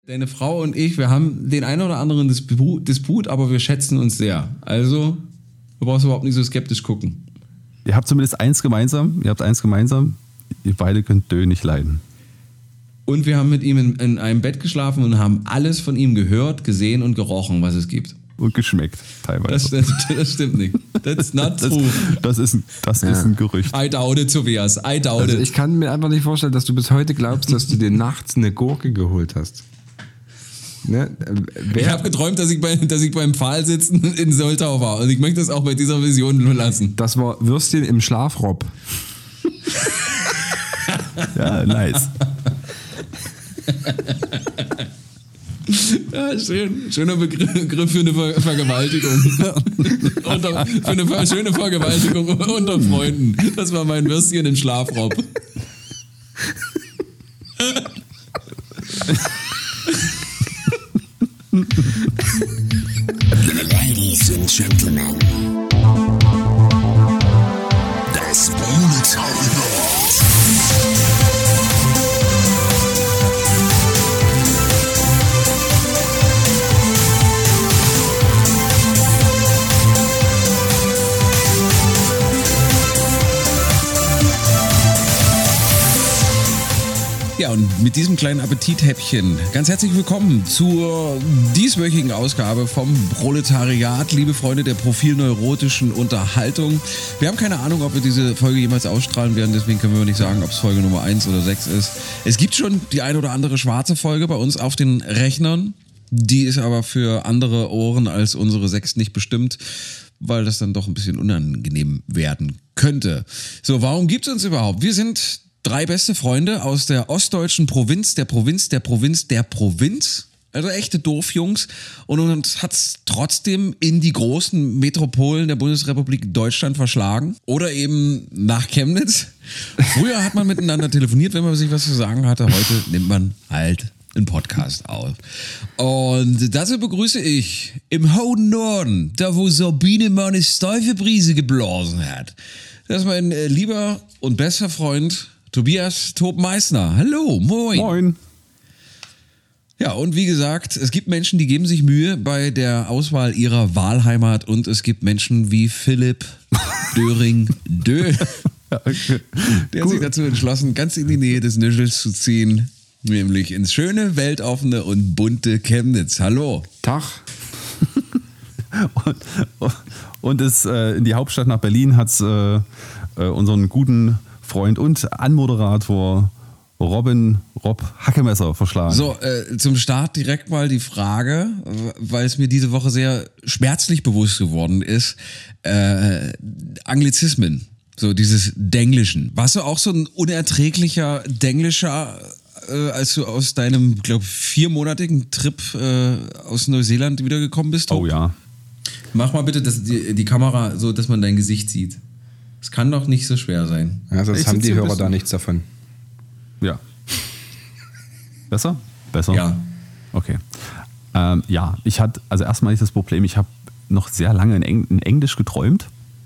Deine Frau und ich, wir haben den einen oder anderen Disput, aber wir schätzen uns sehr. Also, du brauchst überhaupt nicht so skeptisch gucken. Ihr habt zumindest eins gemeinsam. Ihr beide könnt Dö nicht leiden. Und wir haben mit ihm in einem Bett geschlafen und haben alles von ihm gehört, gesehen und gerochen, was es gibt. Und geschmeckt, teilweise. Das stimmt nicht. That's not true. Das ist ein Gerücht. I doubt it, Tobias. I doubt it. Ich kann mir einfach nicht vorstellen, dass du bis heute glaubst, dass du dir nachts eine Gurke geholt hast. Ne? Ich habe geträumt, dass ich beim Pfahlsitzen in Soltau war. Und ich möchte das auch bei dieser Vision nur lassen. Das war Würstchen im Schlafrock. Ja, nice. Ja, schöner Begriff für eine Vergewaltigung. Für eine schöne Vergewaltigung unter Freunden. Das war mein Würstchen im Schlafrock. Ladies and Gentlemen, das Proletariat. Ja, und mit diesem kleinen Appetithäppchen ganz herzlich willkommen zur dieswöchigen Ausgabe vom Proletariat, liebe Freunde der profilneurotischen Unterhaltung. Wir haben keine Ahnung, ob wir diese Folge jemals ausstrahlen werden, deswegen können wir nicht sagen, ob es Folge Nummer 1 oder 6 ist. Es gibt schon die ein oder andere schwarze Folge bei uns auf den Rechnern, die ist aber für andere Ohren als unsere 6 nicht bestimmt, weil das dann doch ein bisschen unangenehm werden könnte. So, warum gibt es uns überhaupt? Wir sind 3 beste Freunde aus der ostdeutschen Provinz, der Provinz. Also echte Doofjungs. Und uns hat's trotzdem in die großen Metropolen der Bundesrepublik Deutschland verschlagen. Oder eben nach Chemnitz. Früher hat man miteinander telefoniert, wenn man sich was zu sagen hatte. Heute nimmt man halt einen Podcast auf. Und dazu begrüße ich im hohen Norden, da wo Sabine mal eine steife Brise geblasen hat. Das ist mein lieber und bester Freund Tobias Tob Meissner. Hallo, moin. Moin. Ja, und wie gesagt, es gibt Menschen, die geben sich Mühe bei der Auswahl ihrer Wahlheimat und es gibt Menschen wie Philipp Döring Dö, der sich dazu entschlossen, ganz in die Nähe des Nüschels zu ziehen, nämlich ins schöne, weltoffene und bunte Chemnitz. Hallo. Tag. Und in die Hauptstadt nach Berlin hat es unseren guten Freund und Anmoderator Rob Hackemesser verschlagen. So, zum Start direkt mal die Frage, weil es mir diese Woche sehr schmerzlich bewusst geworden ist, Anglizismen, so dieses Denglischen. Warst du auch so ein unerträglicher Denglischer, als du aus deinem, glaube 4-monatigen Trip aus Neuseeland wiedergekommen bist? Oh ja. Mach mal bitte die Kamera so, dass man dein Gesicht sieht. Es kann doch nicht so schwer sein. Ja, sonst haben die Hörer da nichts davon. Ja. Besser? Ja. Okay. Ich hatte, also erstmal nicht das Problem, ich habe noch sehr lange in Englisch geträumt,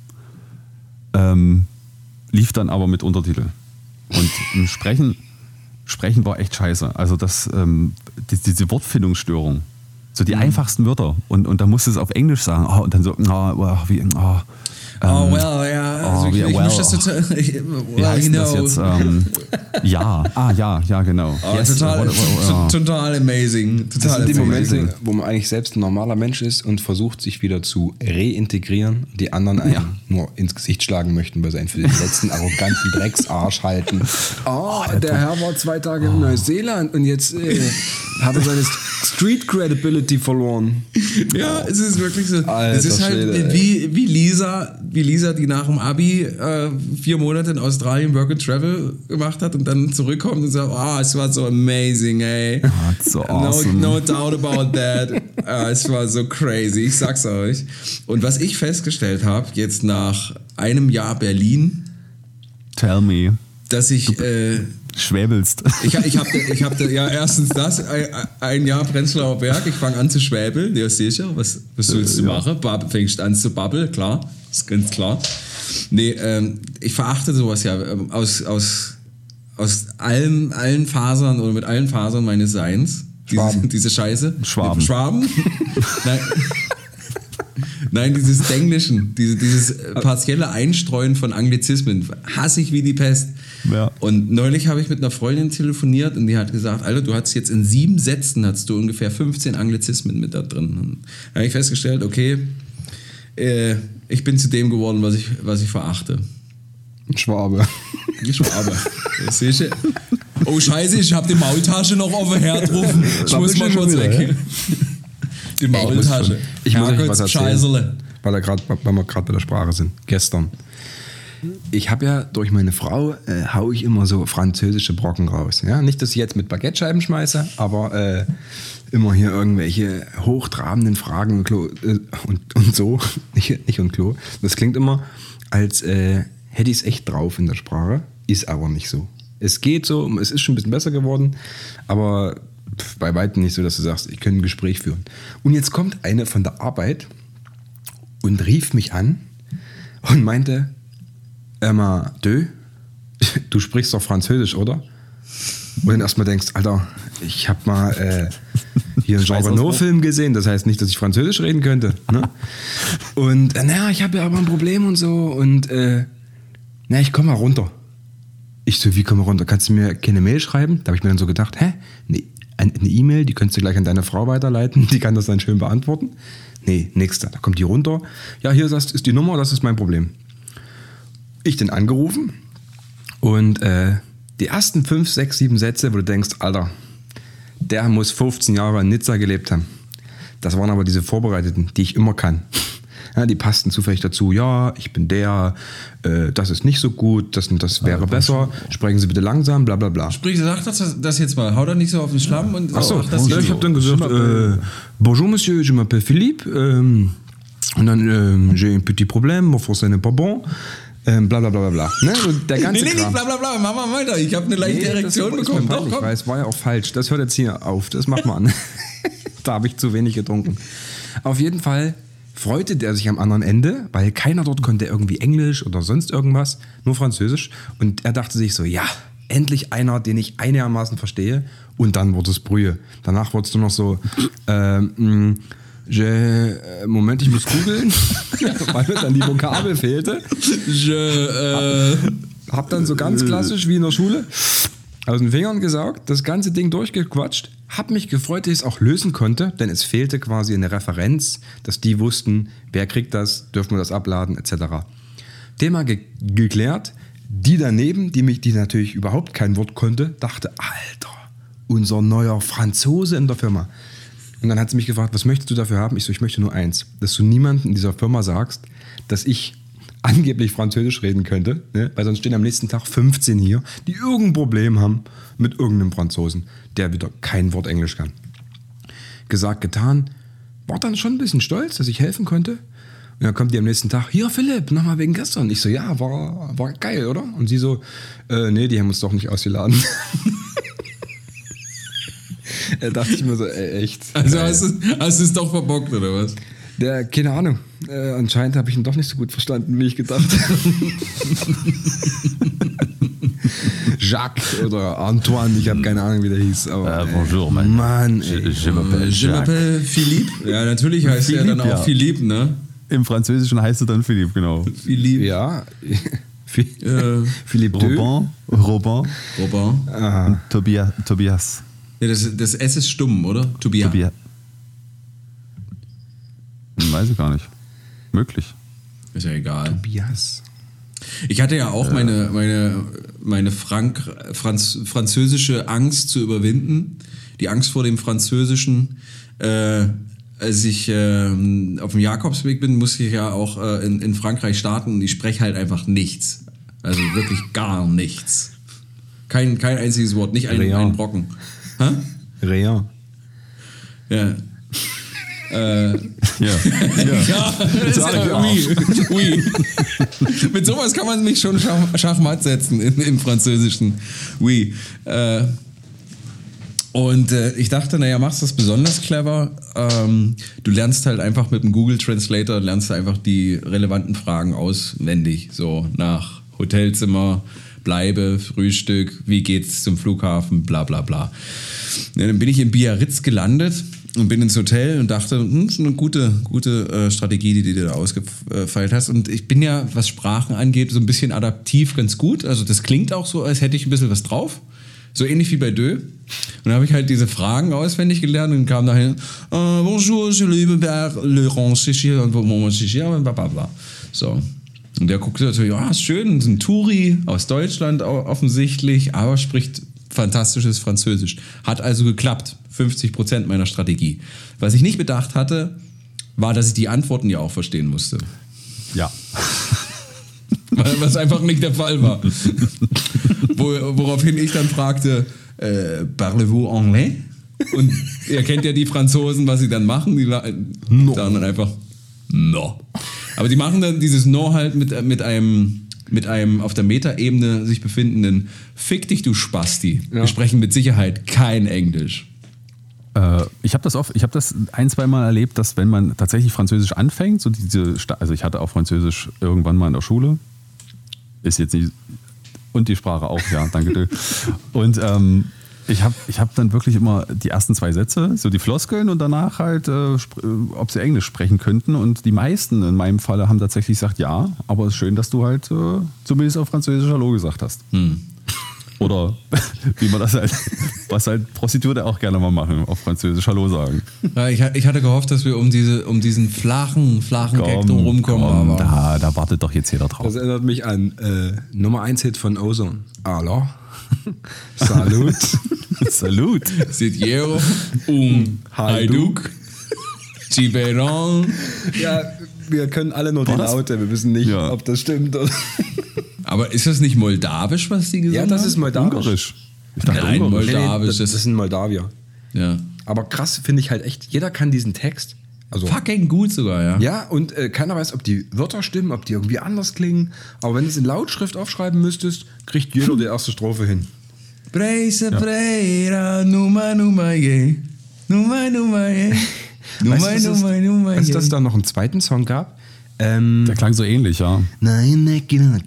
lief dann aber mit Untertitel. Und im Sprechen war echt scheiße. Also diese Wortfindungsstörung. So die einfachsten Wörter. Und dann musst du es auf Englisch sagen. Und dann so, well, ja. Also ich mische das total. Wie heißt das jetzt? Ja, genau. Yes, total amazing. Das sind die Momente, wo man eigentlich selbst ein normaler Mensch ist und versucht, sich wieder zu reintegrieren. Die anderen einen nur ins Gesicht schlagen möchten, weil sie einen für den letzten arroganten Drecksarsch halten. Der Herr war 2 Tage in Neuseeland und jetzt hat er seine Street Credibility verloren. Ja, es ist wirklich so. Alter, es ist halt Schwede, wie Lisa, die nach dem Abi 4 Monate in Australien Work and Travel gemacht hat und dann zurückkommt und sagt, es war so amazing, ey. So awesome. No doubt about that. Es war so crazy, ich sag's euch. Und was ich festgestellt habe, jetzt nach einem Jahr Berlin, Tell me. dass ich schwäbelst. Ich hab ja erstens das, ein Jahr Prenzlauer Berg, ich fange an zu schwäbeln, ja sicher, was sollst du machen? Fängst an zu babbeln, klar, ist ganz klar. Nee, ich verachte sowas ja aus allen Fasern oder mit allen Fasern meines Seins. Schwaben. Diese Scheiße. Schwaben. Schwaben? Nein. Nein, dieses Denglischen, dieses partielle Einstreuen von Anglizismen, hasse ich wie die Pest. Ja. Und neulich habe ich mit einer Freundin telefoniert und die hat gesagt, Alter, du hast jetzt in 7 Sätzen hast du ungefähr 15 Anglizismen mit da drin. Und da habe ich festgestellt, okay, ich bin zu dem geworden, was ich verachte. Ein Schwabe. Schwabe. Das siehst du. Oh Scheiße, ich habe die Maultasche noch auf den Herd rufen. Ich muss mal kurz weg. Die Maultasche. Ich muss euch was erzählen, Scheißele. weil wir gerade bei der Sprache sind. Gestern. Ich habe ja durch meine Frau, hau ich immer so französische Brocken raus. Ja? Nicht, dass ich jetzt mit Baguette-Scheiben schmeiße, aber immer hier irgendwelche hochtrabenden Fragen und so. Nicht und Klo. Das klingt immer, als hätte ich es echt drauf in der Sprache. Ist aber nicht so. Es geht so, es ist schon ein bisschen besser geworden, aber bei weitem nicht so, dass du sagst, ich könnte ein Gespräch führen. Und jetzt kommt eine von der Arbeit und rief mich an und meinte, Emma, du sprichst doch Französisch, oder? Und dann erstmal denkst, Alter, ich habe mal hier einen Jean Reno-Film gesehen, das heißt nicht, dass ich Französisch reden könnte. Ne? Und naja, ich habe ja aber ein Problem und so und ich komme mal runter. Ich so, wie komme ich runter? Kannst du mir keine Mail schreiben? Da habe ich mir dann so gedacht, nee, eine E-Mail, die könntest du gleich an deine Frau weiterleiten, die kann das dann schön beantworten. Nee, nächster, da kommt die runter. Ja, hier ist die Nummer, das ist mein Problem. Ich den angerufen und die ersten 5, 6, 7 Sätze, wo du denkst, Alter, der muss 15 Jahre in Nizza gelebt haben. Das waren aber diese Vorbereiteten, die ich immer kann. Ja, die passten zufällig dazu, ja, ich bin das ist nicht so gut, das wäre besser, sprechen Sie bitte langsam, bla bla bla. Sprich, sag das jetzt mal, hau da nicht so auf den Schlamm. Und Achso, ich habe dann gesagt, bonjour monsieur, je m'appelle Philippe, und dann, j'ai un petit problème, mon français n'est pas bon, bla bla bla bla. Ne? Der ganze nee, Kram. nicht bla bla bla, mach mal weiter, ich habe eine leichte Erektion bekommen. Doch, komm. Es war ja auch falsch, das hört jetzt hier auf, das macht man an. Da habe ich zu wenig getrunken. Auf jeden Fall freute der sich am anderen Ende, weil keiner dort konnte irgendwie Englisch oder sonst irgendwas, nur Französisch. Und er dachte sich so, ja, endlich einer, den ich einigermaßen verstehe. Und dann wurde es Brühe. Danach wurde es nur noch so, Moment, ich muss googeln, weil mir dann die Vokabel fehlte. Hab dann so ganz klassisch wie in der Schule aus den Fingern gesaugt, das ganze Ding durchgequatscht, hab mich gefreut, dass ich es auch lösen konnte, denn es fehlte quasi eine Referenz, dass die wussten, wer kriegt das, dürfen wir das abladen, etc. Thema geklärt. Die daneben, die natürlich überhaupt kein Wort konnte, dachte, Alter, unser neuer Franzose in der Firma. Und dann hat sie mich gefragt, was möchtest du dafür haben? Ich so, ich möchte nur eins, dass du niemandem in dieser Firma sagst, dass ich angeblich Französisch reden könnte, ne? Weil sonst stehen am nächsten Tag 15 hier, die irgendein Problem haben mit irgendeinem Franzosen, der wieder kein Wort Englisch kann. Gesagt, getan, war dann schon ein bisschen stolz, dass ich helfen konnte. Und dann kommt die am nächsten Tag, hier Philipp, nochmal wegen gestern. Ich so, ja, war geil, oder? Und sie so, nee, die haben uns doch nicht ausgeladen. Da dachte ich mir so, echt. Also hast du es doch verbockt, oder was? Keine Ahnung. Anscheinend habe ich ihn doch nicht so gut verstanden, wie ich gedacht habe. Jacques oder Antoine, ich habe keine Ahnung, wie der hieß. Aber, bonjour, Mann. Je m'appelle Philippe. Ja, natürlich heißt er dann auch ja. Philippe, ne? Im Französischen heißt er dann Philippe, genau. Philippe. Ja. Philippe Robin. Aha. Tobias. Ja, das S ist stumm, oder? Tobias. Weiß ich gar nicht. Möglich. Ist ja egal. Tobias. Ich hatte ja auch meine französische Angst zu überwinden. Die Angst vor dem Französischen. Als ich auf dem Jakobsweg bin, musste ich ja auch in Frankreich starten und ich spreche halt einfach nichts. Also wirklich gar nichts. Kein einziges Wort, nicht ein Brocken. Hä? Rien. Ja. Ja. Oui. Mit sowas kann man mich schon Schachmatt setzen im Französischen. Oui. Und ich dachte, naja, machst du das besonders clever. Du lernst halt einfach mit dem Google Translator, lernst du einfach die relevanten Fragen auswendig. So nach Hotelzimmer, bleibe, Frühstück, wie geht's zum Flughafen, bla bla bla. Ja, dann bin ich in Biarritz gelandet und bin ins Hotel und dachte, das ist eine gute Strategie, die du da ausgefeilt hast. Und ich bin ja, was Sprachen angeht, so ein bisschen adaptiv ganz gut. Also das klingt auch so, als hätte ich ein bisschen was drauf. So ähnlich wie bei Dö. Und dann habe ich halt diese Fragen auswendig gelernt und kam dahin, bonjour, je le Ranchichier und bla bla bla. So. Und der guckte natürlich, ja, ist schön, ist ein Touri aus Deutschland offensichtlich, aber spricht fantastisches Französisch. Hat also geklappt. 50% meiner Strategie. Was ich nicht bedacht hatte, war, dass ich die Antworten ja auch verstehen musste. Ja. Was einfach nicht der Fall war. Woraufhin ich dann fragte, parlez-vous anglais? Und ihr kennt ja die Franzosen, was sie dann machen. Die sagen dann einfach no. Aber die machen dann dieses no halt mit einem auf der Metaebene sich befindenden Fick dich, du Spasti. Ja. Wir sprechen mit Sicherheit kein Englisch. Ich habe das ein, zwei Mal erlebt, dass wenn man tatsächlich Französisch anfängt, also ich hatte auch Französisch irgendwann mal in der Schule, ist jetzt nicht, und die Sprache auch, ja, danke. Und ich hab dann wirklich immer die ersten 2 Sätze, so die Floskeln und danach halt, ob sie Englisch sprechen könnten. Und die meisten in meinem Falle haben tatsächlich gesagt, ja, aber es ist schön, dass du halt zumindest auf Französisch Hallo gesagt hast. Oder wie man das halt, was halt Prostituierte auch gerne mal machen, auf Französisch Hallo sagen. Ja, ich hatte gehofft, dass wir um diesen flachen Gag drum rumkommen. Da wartet doch jetzt jeder drauf. Das erinnert mich an Nummer 1 Hit von Ozone. Alors, Salut. Salut. C'est Jero, Hajduk, Giberon. Ja, wir können alle nur die Laute, wir wissen nicht, ob das stimmt. Oder. Aber ist das nicht Moldawisch, was die gesungen haben? Ja, das ist Moldawisch. Ungarisch. Ich dachte Nein, Ungarisch. Moldawisch. Das sind Moldawier. Ja. Aber krass finde ich halt echt, jeder kann diesen Text. Also, fucking gut sogar, ja. Ja, und keiner weiß, ob die Wörter stimmen, ob die irgendwie anders klingen. Aber wenn du es in Lautschrift aufschreiben müsstest, kriegt jeder die erste Strophe hin. Preise, Preira, Numa, je. Numa, je. Weißt du, dass es da noch einen zweiten Song gab? Der klang so ähnlich, ja. Den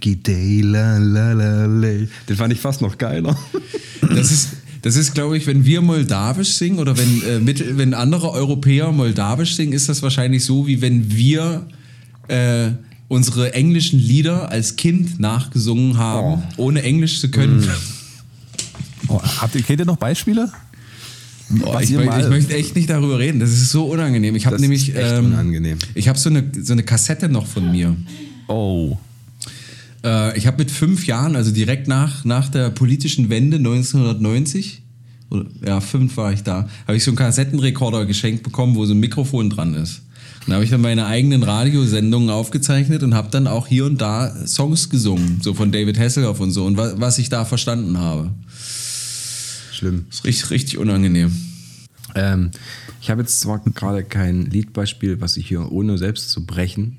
fand ich fast noch geiler. Das ist, glaube ich, wenn wir Moldawisch singen oder wenn andere Europäer Moldawisch singen, ist das wahrscheinlich so, wie wenn wir unsere englischen Lieder als Kind nachgesungen haben, ohne Englisch zu können. Kennt ihr noch Beispiele? Ich möchte echt nicht darüber reden. Das ist so unangenehm. Ich habe nämlich unangenehm. Ich habe so eine Kassette noch von mir. Oh. Ich habe mit 5 Jahren, also direkt nach der politischen Wende 1990, 5 war ich da, habe ich so einen Kassettenrekorder geschenkt bekommen, wo so ein Mikrofon dran ist. Und da habe ich dann meine eigenen Radiosendungen aufgezeichnet und habe dann auch hier und da Songs gesungen, so von David Hasselhoff und so, und was ich da verstanden habe. Schlimm. Das ist richtig unangenehm. Ich habe jetzt zwar gerade kein Liedbeispiel, was ich hier ohne selbst zu brechen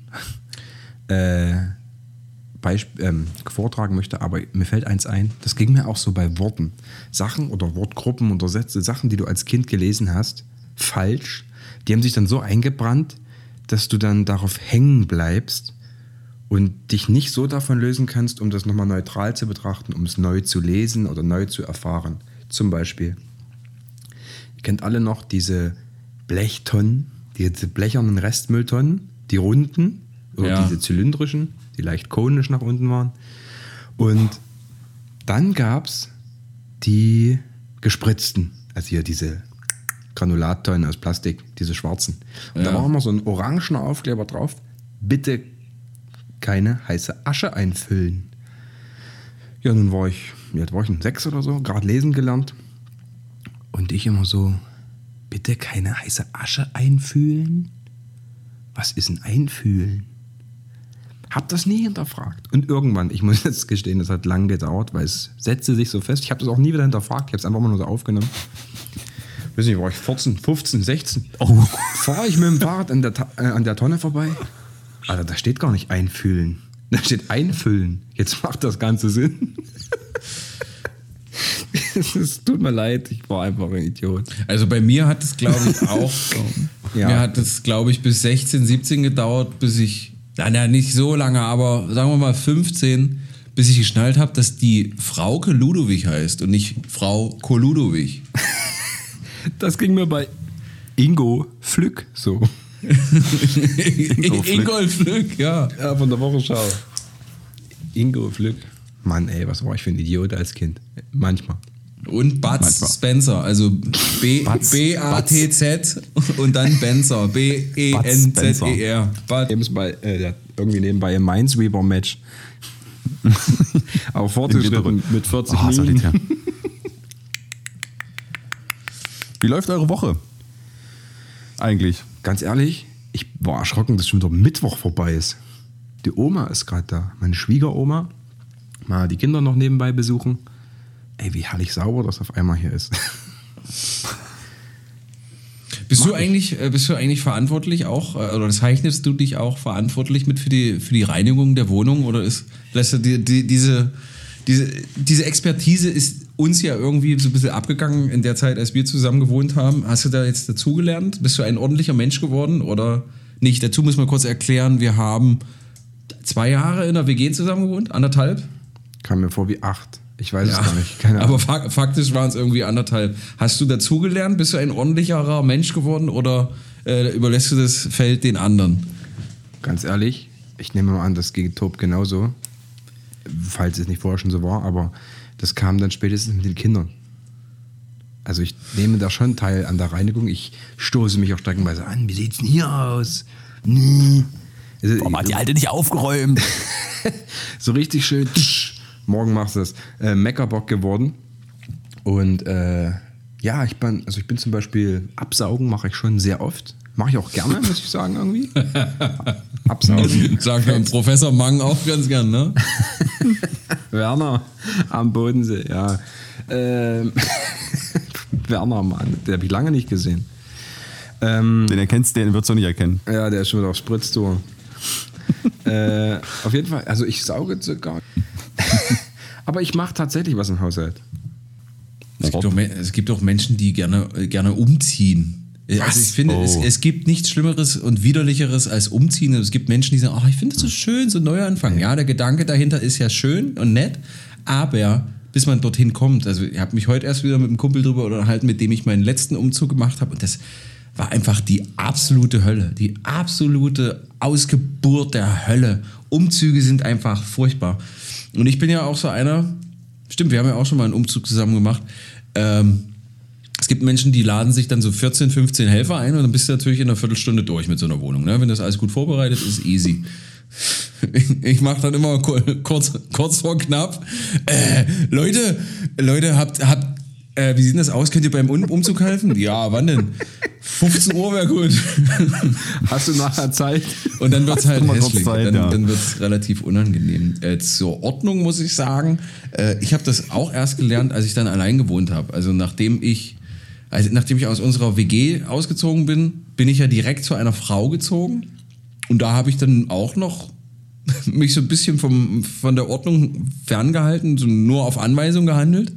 vortragen möchte, aber mir fällt eins ein, das ging mir auch so bei Worten. Sachen oder Wortgruppen oder Sätze, Sachen, die du als Kind gelesen hast, falsch, die haben sich dann so eingebrannt, dass du dann darauf hängen bleibst und dich nicht so davon lösen kannst, um das nochmal neutral zu betrachten, um es neu zu lesen oder neu zu erfahren. Zum Beispiel, ihr kennt alle noch diese Blechtonnen, diese blechernen Restmülltonnen, die runden oder diese zylindrischen, die leicht konisch nach unten waren. Und dann gab es die gespritzten, also hier diese Granulattonnen aus Plastik, diese schwarzen. Und da war immer so ein orangener Aufkleber drauf, bitte keine heiße Asche einfüllen. Ja, nun war ich 6 oder so, gerade lesen gelernt. Und ich immer so, bitte keine heiße Asche einfühlen? Was ist ein Einfühlen? Hab das nie hinterfragt. Und irgendwann, ich muss jetzt gestehen, das hat lang gedauert, weil es setzte sich so fest. Ich habe das auch nie wieder hinterfragt, ich habe es einfach mal nur so aufgenommen. Ich weiß nicht, war ich 14, 15, 16? Oh. Fahre ich mit dem Fahrrad an der Tonne vorbei? Alter, da steht gar nicht einfühlen. Da steht einfüllen. Jetzt macht das Ganze Sinn. Es tut mir leid, ich war einfach ein Idiot. Also bei mir hat es, glaube ich, auch mir hat es, glaube ich, bis 16, 17 gedauert, bis ich, nicht so lange, aber sagen wir mal 15, bis ich geschnallt habe, dass die Frauke Ludowig heißt und nicht Frau Koludowig. Das ging mir bei Ingo Flück so. Ingolf Flück, ja. Ja, von der Wochenschau. Ingo Flück. Mann, ey, was war ich für ein Idiot als Kind? Manchmal. Und Butz Spencer, also B-A-T-Z und dann Benzer, B-E-N-Z-E-R. Der hat irgendwie nebenbei ein Minesweeper-Match. Auch fortgeschritten mit 40 Minuten. Wie läuft eure Woche? Eigentlich. Ganz ehrlich, ich war erschrocken, dass schon wieder Mittwoch vorbei ist. Die Oma ist gerade da, meine Schwiegeroma. Mal die Kinder noch nebenbei besuchen. Ey, wie herrlich sauber das auf einmal hier ist. Bist du eigentlich verantwortlich auch, oder zeichnest du dich auch verantwortlich mit für die Reinigung der Wohnung, oder lässt du diese Expertise ist uns ja irgendwie so ein bisschen abgegangen in der Zeit, als wir zusammen gewohnt haben. Hast du da jetzt dazugelernt? Bist du ein ordentlicher Mensch geworden oder nicht? Dazu muss man kurz erklären, wir haben 2 Jahre in der WG zusammen gewohnt, 1,5. Kam mir vor wie 8. Ich weiß es gar nicht. Keine Ahnung. Aber faktisch waren es irgendwie 1,5. Hast du dazugelernt? Bist du ein ordentlicherer Mensch geworden oder überlässt du das Feld den anderen? Ganz ehrlich, ich nehme mal an, das geht Tob genauso. Falls es nicht vorher schon so war, aber das kam dann spätestens mit den Kindern. Also ich nehme da schon teil an der Reinigung. Ich stoße mich auch streckenweise an. Wie sieht's denn hier aus? Also, Warum hat die Alte nicht aufgeräumt? So richtig schön. Morgen machst du das. Meckerbock geworden. Und ja, ich bin zum Beispiel Absaugen mache ich schon sehr oft. Mache ich auch gerne, muss ich sagen, irgendwie. Absaugen. Sagt ein Professor Mang auch ganz gern, ne? Werner am Bodensee, ja. Werner, Mann, den habe ich lange nicht gesehen. Den würdest du nicht erkennen. Ja, der ist schon wieder auf Spritztour. Auf jeden Fall, also ich sauge sogar. Aber ich mache tatsächlich was im Haushalt. Es gibt auch Menschen, die gerne umziehen. Also ich finde, es gibt nichts Schlimmeres und Widerlicheres als umziehen. Es gibt Menschen, die sagen, ich finde es so schön, so ein Neuanfang. Ja, der Gedanke dahinter ist ja schön und nett, aber bis man dorthin kommt, also ich habe mich heute erst wieder mit einem Kumpel drüber unterhalten, mit dem ich meinen letzten Umzug gemacht habe, und das war einfach die absolute Hölle, die absolute Ausgeburt der Hölle. Umzüge sind einfach furchtbar. Und ich bin ja auch so einer, stimmt, wir haben ja auch schon mal einen Umzug zusammen gemacht. Es gibt Menschen, die laden sich dann so 14, 15 Helfer ein und dann bist du natürlich in einer Viertelstunde durch mit so einer Wohnung. Ne? Wenn das alles gut vorbereitet ist, easy. Ich mache dann immer kurz vor knapp. Leute, wie sieht das aus? Könnt ihr beim Umzug helfen? Ja, wann denn? 15 Uhr wäre gut. Hast du nachher Zeit? Und dann wird es halt hässlich. Zeit, dann wird es relativ unangenehm. Zur Ordnung muss ich sagen, ich habe das auch erst gelernt, als ich dann allein gewohnt habe. Also nachdem ich aus unserer WG ausgezogen bin ich ja direkt zu einer Frau gezogen. Und da habe ich dann auch noch mich so ein bisschen von der Ordnung ferngehalten, so nur auf Anweisung gehandelt.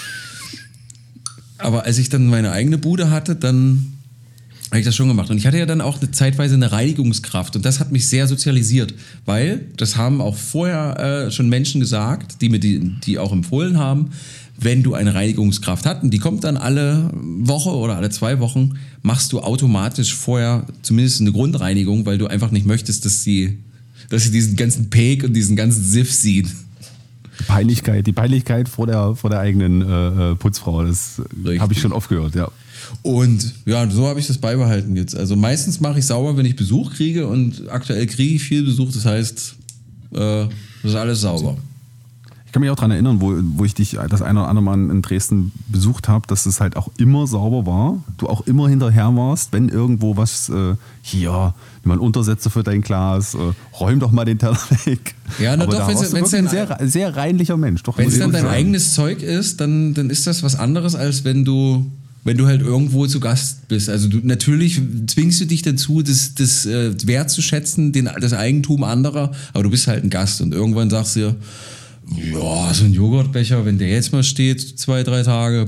Aber als ich dann meine eigene Bude hatte, dann habe ich das schon gemacht. Und ich hatte ja dann auch zeitweise eine Reinigungskraft. Und das hat mich sehr sozialisiert, weil das haben auch vorher schon Menschen gesagt, die mir die auch empfohlen haben, wenn du eine Reinigungskraft hast, und die kommt dann alle Woche oder alle 2 Wochen, machst du automatisch vorher zumindest eine Grundreinigung, weil du einfach nicht möchtest, dass sie diesen ganzen Peg und diesen ganzen Siff sieht. Die Peinlichkeit vor der eigenen Putzfrau, das habe ich schon oft gehört, ja. Und ja, so habe ich das beibehalten jetzt. Also meistens mache ich sauber, wenn ich Besuch kriege, und aktuell kriege ich viel Besuch, das heißt, das ist alles sauber. Ich kann mich auch daran erinnern, wo ich dich das eine oder andere Mal in Dresden besucht habe, dass es halt auch immer sauber war. Du auch immer hinterher warst, wenn irgendwo was, hier, nimm mal Untersätze für dein Glas, räum doch mal den Teller weg. Ja, na aber doch, wenn es ein sehr reinlicher Mensch. Wenn es dann dein eigenes Zeug ist, dann ist das was anderes, als wenn du halt irgendwo zu Gast bist. Also natürlich zwingst du dich dazu, das wertzuschätzen, das Eigentum anderer, aber du bist halt ein Gast und irgendwann sagst du dir, ja, so ein Joghurtbecher, wenn der jetzt mal steht, 2-3 Tage,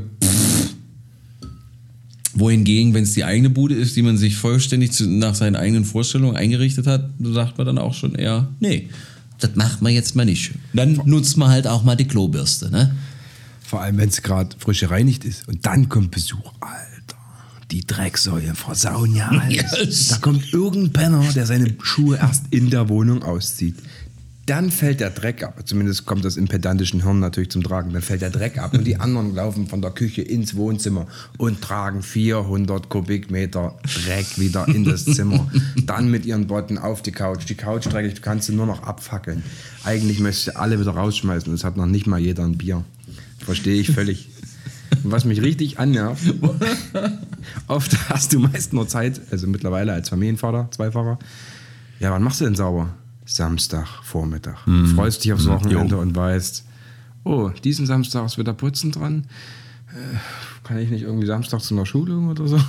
wohingegen, wenn es die eigene Bude ist, die man sich vollständig nach seinen eigenen Vorstellungen eingerichtet hat, sagt man dann auch schon eher, nee, das macht man jetzt mal nicht. Dann nutzt man halt auch mal die Klobürste, ne? Vor allem, wenn es gerade frisch gereinigt ist. Und dann kommt Besuch. Alter, die Drecksäue versauen ja alles. Yes. Da kommt irgendein Penner, der seine Schuhe erst in der Wohnung auszieht. Dann fällt der Dreck ab. Zumindest kommt das im pedantischen Hirn natürlich zum Tragen. Dann fällt der Dreck ab und die anderen laufen von der Küche ins Wohnzimmer und tragen 400 Kubikmeter Dreck wieder in das Zimmer. Dann mit ihren Botten auf die Couch. Die Couch dreckig, du kannst sie nur noch abfackeln. Eigentlich möchtest du alle wieder rausschmeißen und es hat noch nicht mal jeder ein Bier. Verstehe ich völlig. Und was mich richtig annervt, oft hast du meist nur Zeit, also mittlerweile als Familienvater, Zweifacher. Ja, wann machst du denn sauber? Samstag, Vormittag. Du freust dich aufs Wochenende und weißt, oh, diesen Samstag ist wieder Putzen dran. Kann ich nicht irgendwie Samstag zu einer Schulung oder so?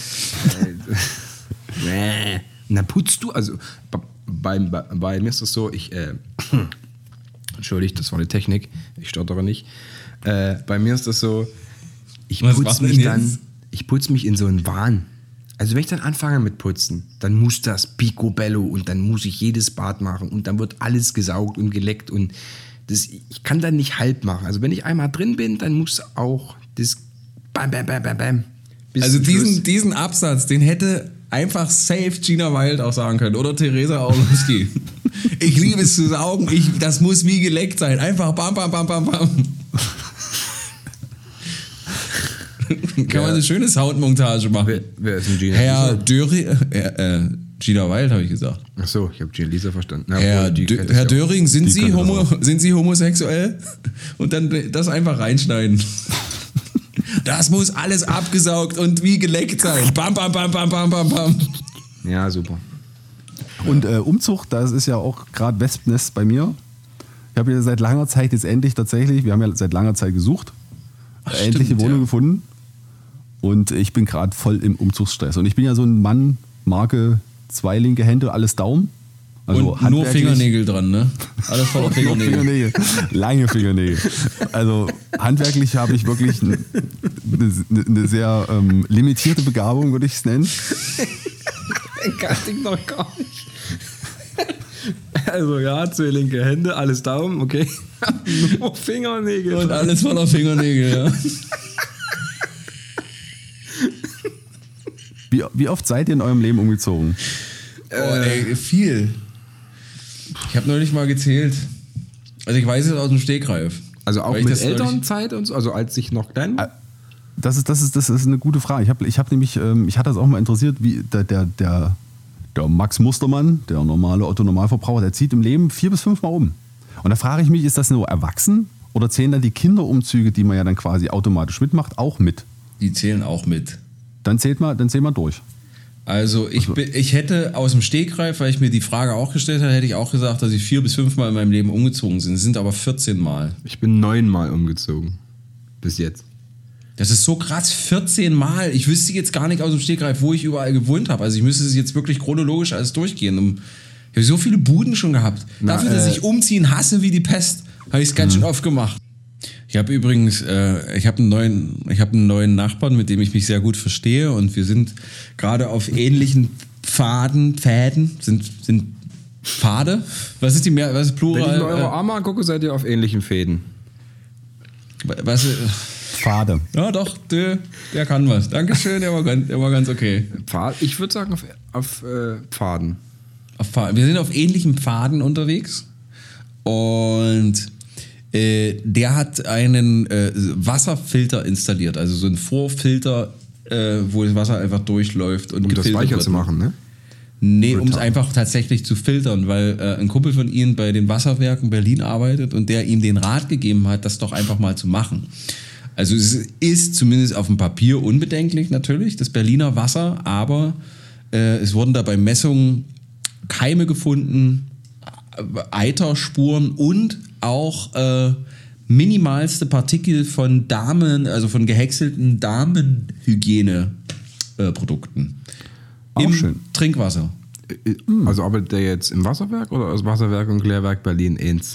Nee. Und dann putzt du, also bei mir ist das so, entschuldigt, das war eine Technik, ich stottere nicht. Bei mir ist das so, ich putze mich in so einen Wahn. Also wenn ich dann anfange mit Putzen, dann muss das picobello und dann muss ich jedes Bad machen und dann wird alles gesaugt und geleckt und ich kann dann nicht halb machen. Also wenn ich einmal drin bin, dann muss auch das bam, bam, bam, bam, bam. Also diesen Absatz, den hätte einfach safe Gina Wild auch sagen können oder Theresa Orlowski. Ich liebe es zu saugen, das muss wie geleckt sein. Einfach bam, bam, bam, bam, bam. Kann man eine schöne Soundmontage machen. Wer ist denn Gina? Herr Döring, Gina Wild habe ich gesagt. Ach so, ich habe Gina Lisa verstanden. Na, Herr Döring, sind Sie homosexuell? Und dann das einfach reinschneiden. Das muss alles abgesaugt und wie geleckt sein. Bam, bam, bam, bam, bam, bam, bam. Ja, super. Und Umzug, das ist ja auch gerade Wespennest bei mir. Ich habe ja seit langer Zeit jetzt endlich tatsächlich, wir haben ja seit langer Zeit gesucht, endlich die Wohnung gefunden. Und ich bin gerade voll im Umzugsstress. Und ich bin ja so ein Mann, Marke 2 linke Hände, alles Daumen. Also und nur Fingernägel dran, ne? Alles voller Fingernägel. Lange Fingernägel. Also handwerklich habe ich wirklich eine sehr limitierte Begabung, würde ich es nennen. Kann ich noch gar nicht. Also ja, 2 linke Hände, alles Daumen, okay. Nur Fingernägel. Und alles voller Fingernägel, ja. Wie oft seid ihr in eurem Leben umgezogen? Viel. Ich habe neulich mal gezählt. Also ich weiß es aus dem Stegreif. Also auch mit Elternzeit und so, also als ich noch klein war? Das ist eine gute Frage. Ich hatte das auch mal interessiert, wie der Max Mustermann, der normale Otto-Normalverbraucher, der zieht im Leben 4 bis 5 Mal um. Und da frage ich mich, ist das nur erwachsen oder zählen dann die Kinderumzüge, die man ja dann quasi automatisch mitmacht, auch mit? Die zählen auch mit. Dann zählt mal durch. Also ich hätte aus dem Stegreif, weil ich mir die Frage auch gestellt habe, hätte ich auch gesagt, dass ich 4 bis 5 Mal in meinem Leben umgezogen bin. Es sind aber 14 Mal. Ich bin 9 Mal umgezogen. Bis jetzt. Das ist so krass, 14 Mal. Ich wüsste jetzt gar nicht aus dem Stegreif, wo ich überall gewohnt habe. Also ich müsste es jetzt wirklich chronologisch alles durchgehen. Ich habe so viele Buden schon gehabt. Dafür, dass ich umziehen hasse wie die Pest, habe ich es ganz schön oft gemacht. Ich habe übrigens, ich habe einen neuen Nachbarn, mit dem ich mich sehr gut verstehe und wir sind gerade auf ähnlichen Pfaden, sind Pfade? Was ist Plural? Wenn ich mir eure Arme angucke, seid ihr auf ähnlichen Fäden. Was? Pfade. Ja doch, der kann was. Dankeschön, der war ganz okay. Ich würde sagen auf Pfaden. Wir sind auf ähnlichen Pfaden unterwegs und der hat einen Wasserfilter installiert, also so einen Vorfilter, wo das Wasser einfach durchläuft und das weicher zu machen, ne? Nee, um es einfach tatsächlich zu filtern, weil ein Kumpel von ihm bei den Wasserwerken Berlin arbeitet und der ihm den Rat gegeben hat, das doch einfach mal zu machen. Also es ist zumindest auf dem Papier unbedenklich natürlich, das Berliner Wasser, aber es wurden da bei Messungen Keime gefunden, Eiterspuren und auch minimalste Partikel von von gehäckselten Damenhygieneprodukten im schön. Trinkwasser. Also arbeitet der jetzt im Wasserwerk oder aus Wasserwerk und Klärwerk Berlin 1?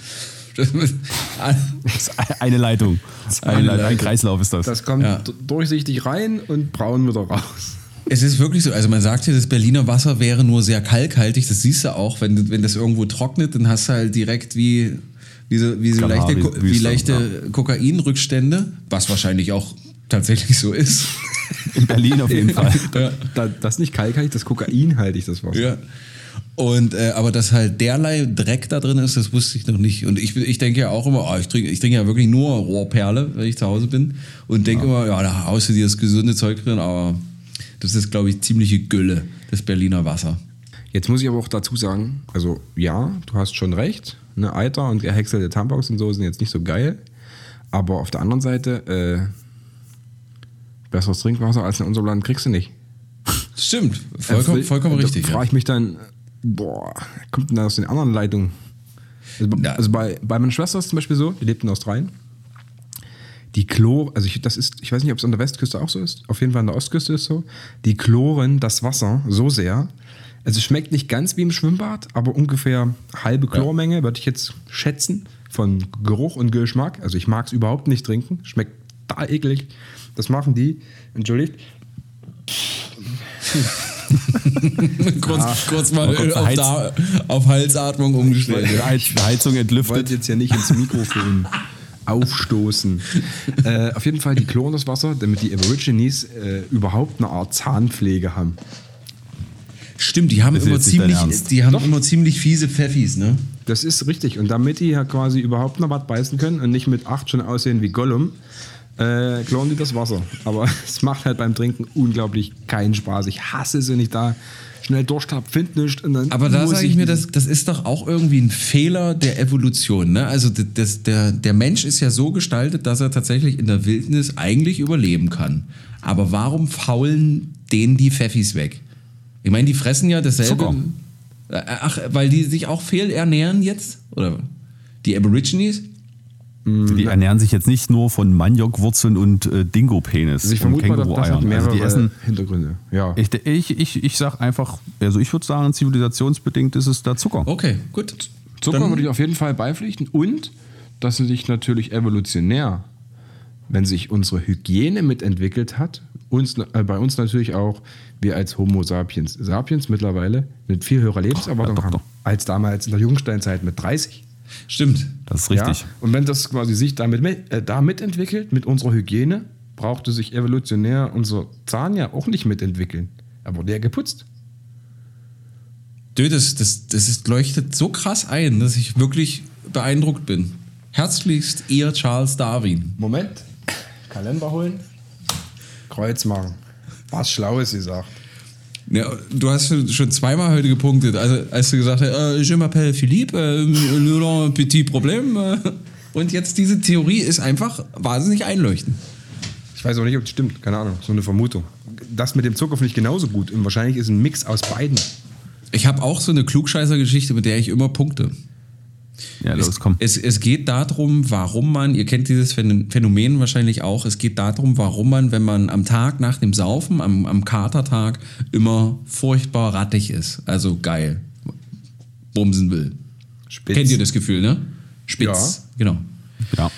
Eine Leitung. Ein Kreislauf ist das. Das kommt durchsichtig rein und braun wieder raus. Es ist wirklich so, also man sagt ja, das Berliner Wasser wäre nur sehr kalkhaltig, das siehst du auch, wenn das irgendwo trocknet, dann hast du halt direkt wie so leichte Kokainrückstände, was wahrscheinlich auch tatsächlich so ist. In Berlin auf jeden Fall. Ja. Das ist nicht kalkhaltig, das ist kokainhaltig, das Wasser. Ja. Und aber dass halt derlei Dreck da drin ist, das wusste ich noch nicht. Und ich denke ja auch immer, ich trinke ja wirklich nur Rohrperle, wenn ich zu Hause bin. Und denke immer, ja, da haust du dir das gesunde Zeug drin, aber das ist, glaube ich, ziemliche Gülle, das Berliner Wasser. Jetzt muss ich aber auch dazu sagen, also ja, du hast schon recht, ne, Eiter und gehäckselte Tampons und so sind jetzt nicht so geil. Aber auf der anderen Seite, besseres Trinkwasser als in unserem Land kriegst du nicht. Stimmt, vollkommen richtig. Da frage ich mich dann, kommt denn da aus den anderen Leitungen? Also bei meiner Schwester ist es zum Beispiel so, die lebt in Australien. Die ich weiß nicht, ob es an der Westküste auch so ist, auf jeden Fall an der Ostküste ist es so, die chloren das Wasser so sehr, also es schmeckt nicht ganz wie im Schwimmbad, aber ungefähr halbe Chlormenge, würde ich jetzt schätzen, von Geruch und Geschmack. Also ich mag es überhaupt nicht trinken, schmeckt da eklig. Das machen die, entschuldigt, kurz mal auf Halsatmung umgestellt. Die Heizung entlüftet. Ich wollte jetzt ja nicht ins Mikrofon aufstoßen. Auf jeden Fall, die chloren das Wasser, damit die Aborigines überhaupt eine Art Zahnpflege haben. Stimmt, die haben immer ziemlich fiese Pfeffis, ne? Das ist richtig. Und damit die ja quasi überhaupt noch was beißen können und nicht mit 8 schon aussehen wie Gollum, chloren die das Wasser. Aber es macht halt beim Trinken unglaublich keinen Spaß. Ich hasse es, wenn ich da schnell Durst habe, finde nichts. Aber da sage ich mir, das ist doch auch irgendwie ein Fehler der Evolution. Ne? Also der Mensch ist ja so gestaltet, dass er tatsächlich in der Wildnis eigentlich überleben kann. Aber warum faulen denen die Pfeffis weg? Ich meine, die fressen ja dasselbe. Zucker. Ach, weil die sich auch fehlernähren jetzt? Oder die Aborigines? Die ernähren sich jetzt nicht nur von Maniokwurzeln und Dingo-Penis. Also ich vermute mal, das hat mehrere die essen Hintergründe. Ja. Ich sag einfach, also ich würde sagen, zivilisationsbedingt ist es da Zucker. Okay, gut. Zucker würde ich auf jeden Fall beipflichten. Und, dass sich natürlich evolutionär, wenn sich unsere Hygiene mitentwickelt hat, bei uns natürlich auch, wir als Homo sapiens. Sapiens mittlerweile mit viel höherer Lebenserwartung haben, als damals in der Jungsteinzeit mit 30. Stimmt. Das ist richtig. Ja? Und wenn das quasi sich damit mitentwickelt, mit unserer Hygiene, brauchte sich evolutionär unser Zahn ja auch nicht mitentwickeln. Er wurde ja geputzt. Das leuchtet so krass ein, dass ich wirklich beeindruckt bin. Herzlichst, ihr Charles Darwin. Moment. Kalender holen. Kreuz machen. Was Schlaues gesagt. Ja, du hast schon zweimal heute gepunktet. Also, als du gesagt hast, je m'appelle Philippe, le petit problème. Und jetzt diese Theorie ist einfach wahnsinnig einleuchtend. Ich weiß auch nicht, ob das stimmt. Keine Ahnung. So eine Vermutung. Das mit dem Zucker finde ich genauso gut. Und wahrscheinlich ist ein Mix aus beiden. Ich habe auch so eine Klugscheißer-Geschichte, mit der ich immer punkte. Ja, los, komm. Es geht darum, warum man, ihr kennt dieses Phänomen wahrscheinlich auch, es geht darum, warum man, wenn man am Tag nach dem Saufen, am Katertag, immer furchtbar rattig ist. Also geil. Bumsen will. Spitz. Kennt ihr das Gefühl, ne? Spitz. Ja. Genau. Ja.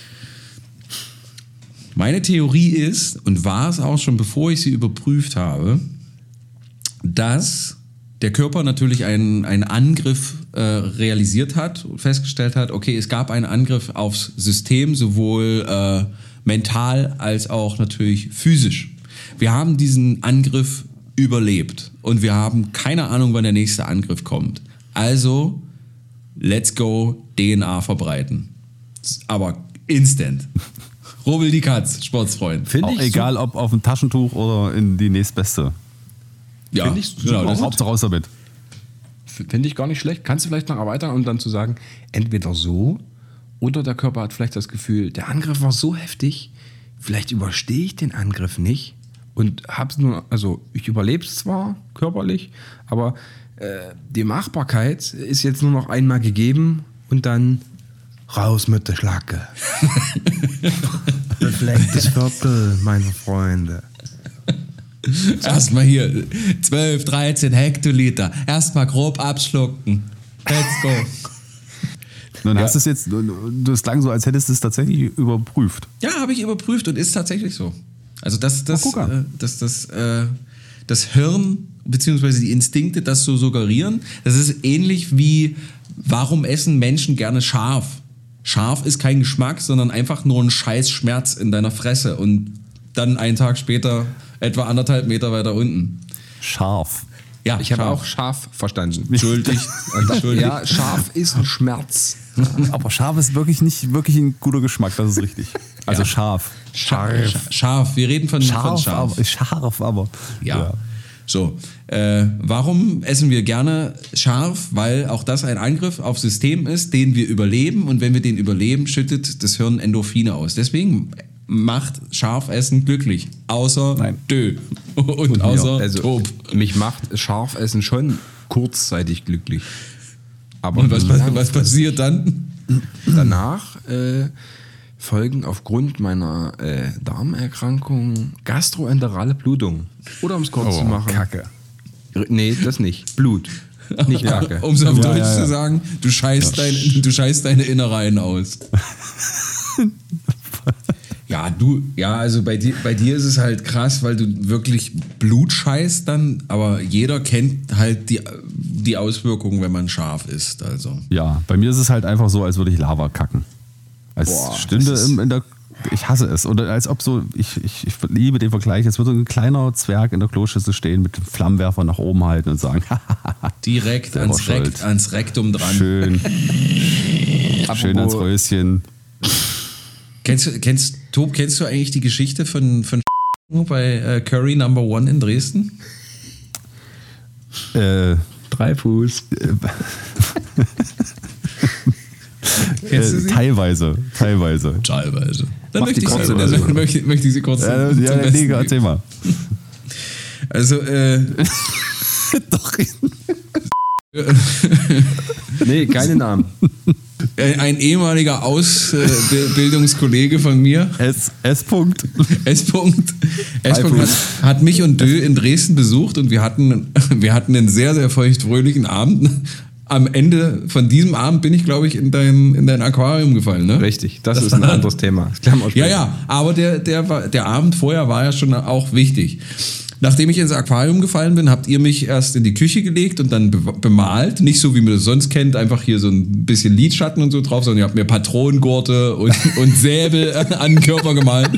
Meine Theorie ist, und war es auch schon, bevor ich sie überprüft habe, dass der Körper natürlich einen Angriff realisiert hat und festgestellt hat, okay, es gab einen Angriff aufs System, sowohl mental als auch natürlich physisch. Wir haben diesen Angriff überlebt und wir haben keine Ahnung, wann der nächste Angriff kommt. Also, let's go, DNA verbreiten. Aber instant. Rubbel die Katz, Sportsfreund. Finde ich egal, ob auf ein Taschentuch oder in die nächstbeste. Ja, finde ich super. genau, Hauptsache raus damit. Finde ich gar nicht schlecht. Kannst du vielleicht noch erweitern und dann zu sagen, entweder so oder der Körper hat vielleicht das Gefühl, der Angriff war so heftig, vielleicht überstehe ich den Angriff nicht und hab's nur, also ich überlebe es zwar körperlich, aber die Machbarkeit ist jetzt nur noch einmal gegeben und dann raus mit der Schlacke. Reflektes Viertel, meine Freunde. Erstmal hier 12, 13 Hektoliter. Erstmal grob abschlucken. Let's go. Dann hast du es jetzt, das klang so, als hättest du es tatsächlich überprüft. Ja, habe ich überprüft und ist tatsächlich so. Also das Hirn bzw. die Instinkte das so suggerieren. Das ist ähnlich wie, warum essen Menschen gerne scharf? Scharf ist kein Geschmack, sondern einfach nur ein scheiß Schmerz in deiner Fresse und dann einen Tag später etwa 1,5 Meter weiter unten. Scharf. Ja, Ich habe auch scharf verstanden. Schuldig. Ja, scharf ist ein Schmerz. Aber scharf ist wirklich nicht wirklich ein guter Geschmack, das ist richtig. Also scharf. Scharf. Wir reden von scharf. Scharf, aber. Ja. So, warum essen wir gerne scharf? Weil auch das ein Angriff auf System ist, den wir überleben. Und wenn wir den überleben, schüttet das Hirn Endorphine aus. Deswegen macht Scharfessen glücklich. Außer Nein. Dö. Und außer Top. Mich macht Scharfessen schon kurzzeitig glücklich. Aber Und was passiert dann? danach folgen aufgrund meiner Darmerkrankung gastroenterale Blutungen. Oder um es kurz zu machen. Kacke. Nee, das nicht. Blut. Nicht Kacke. Um es auf Deutsch zu sagen, du scheißt deine Innereien aus. Also bei dir ist es halt krass, weil du wirklich Blut scheißt dann, aber jeder kennt halt die Auswirkungen, wenn man scharf isst. Also. Ja, bei mir ist es halt einfach so, als würde ich Lava kacken. Als stünde in der. Ich hasse es. Oder als ob so, ich liebe den Vergleich, als würde so ein kleiner Zwerg in der Kloschüssel stehen, mit dem Flammenwerfer nach oben halten und sagen, direkt ans Rektum dran. Schön. Schön ans Röschen. Kennst du eigentlich die Geschichte von bei Curry No. 1 in Dresden? Dreifuß. Kennst du sie? Teilweise. Dann Mach möchte die ich, kurze möchte ich sie kurz zum Besten geben. Erzähl mal. Also, Doch. Nee, keine Namen. ein ehemaliger Ausbildungskollege von mir, S. hat mich und Dö in Dresden besucht und wir hatten einen sehr, sehr feuchtfröhlichen Abend. Am Ende von diesem Abend bin ich, glaube ich, in dein Aquarium gefallen, ne? Richtig, das ist ein anderes Thema. Ja, aber der Abend vorher war ja schon auch wichtig. Nachdem ich ins Aquarium gefallen bin, habt ihr mich erst in die Küche gelegt und dann bemalt. Nicht so, wie man das sonst kennt, einfach hier so ein bisschen Lidschatten und so drauf, sondern ihr habt mir Patronengurte und Säbel an den Körper gemalt.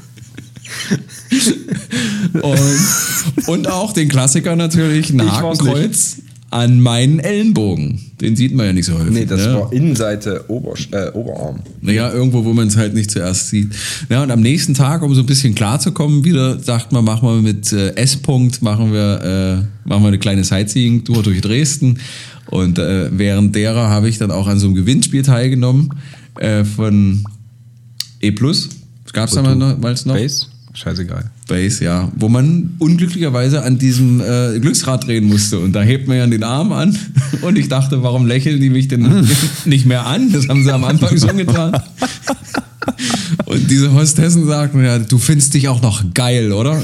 Und auch den Klassiker natürlich, ein Hakenkreuz an meinen Ellenbogen. Den sieht man ja nicht so häufig. Nee, das war Innenseite Oberarm. Naja, irgendwo, wo man es halt nicht zuerst sieht. Ja, und am nächsten Tag, um so ein bisschen klarzukommen, wieder sagt man, machen wir mit S-Punkt, machen wir eine kleine Sightseeing-Tour durch Dresden. Und während derer habe ich dann auch an so einem Gewinnspiel teilgenommen von E+. Gab es damals noch? Base? Scheißegal. Base, ja. Wo man unglücklicherweise an diesem Glücksrad drehen musste. Und da hebt man ja den Arm an. Und ich dachte, warum lächeln die mich denn nicht mehr an? Das haben sie am Anfang schon getan. Und diese Hostessen sagten, ja, du findest dich auch noch geil, oder?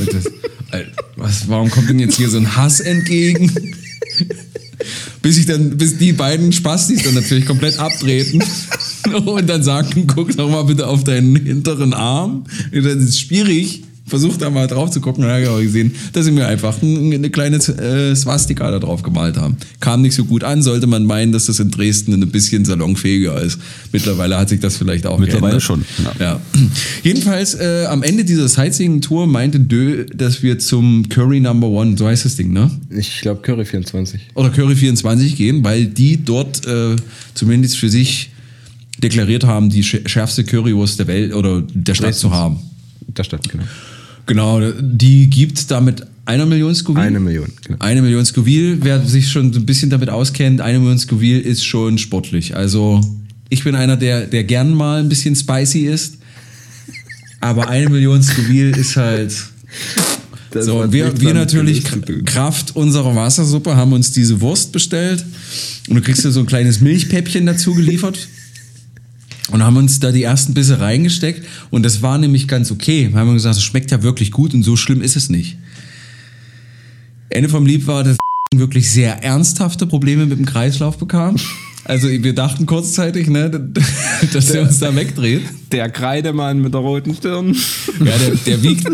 Warum kommt denn jetzt hier so ein Hass entgegen? Bis die beiden Spastis dann natürlich komplett abtreten und dann sagten, guck doch mal bitte auf deinen hinteren Arm. Das ist schwierig. Versuch da mal drauf zu gucken. Und dann habe ich auch gesehen, dass sie mir einfach eine kleine Swastika da drauf gemalt haben. Kam nicht so gut an, sollte man meinen, dass das in Dresden ein bisschen salonfähiger ist. Mittlerweile hat sich das vielleicht auch Mittlerweile geändert. schon. Ja. Jedenfalls am Ende dieser Sightseeing-Tour meinte Dö, dass wir zum Curry No. 1, so heißt das Ding, ne? Ich glaube Curry 24. Oder Curry 24 gehen, weil die dort zumindest für sich deklariert haben, die schärfste Currywurst der Welt oder der Stadt zu haben. Der Stadt, genau. Genau, die gibt damit 1 Million Scoville. 1 Million, genau. 1 Million Scoville. Wer sich schon so ein bisschen damit auskennt, 1 Million Scoville ist schon sportlich. Also ich bin einer, der gern mal ein bisschen spicy ist. Aber 1 Million Scoville ist halt... So, wir natürlich Kraft unserer Wassersuppe haben uns diese Wurst bestellt. Und du kriegst ja so ein kleines Milchpäppchen dazu geliefert. Und haben uns da die ersten Bisse reingesteckt. Und das war nämlich ganz okay. Wir haben gesagt, es schmeckt ja wirklich gut und so schlimm ist es nicht. Ende vom Lied war, dass wirklich sehr ernsthafte Probleme mit dem Kreislauf bekam. Also wir dachten kurzzeitig, ne, dass der uns da wegdreht. Der Kreidemann mit der roten Stirn. Ja, der wiegt,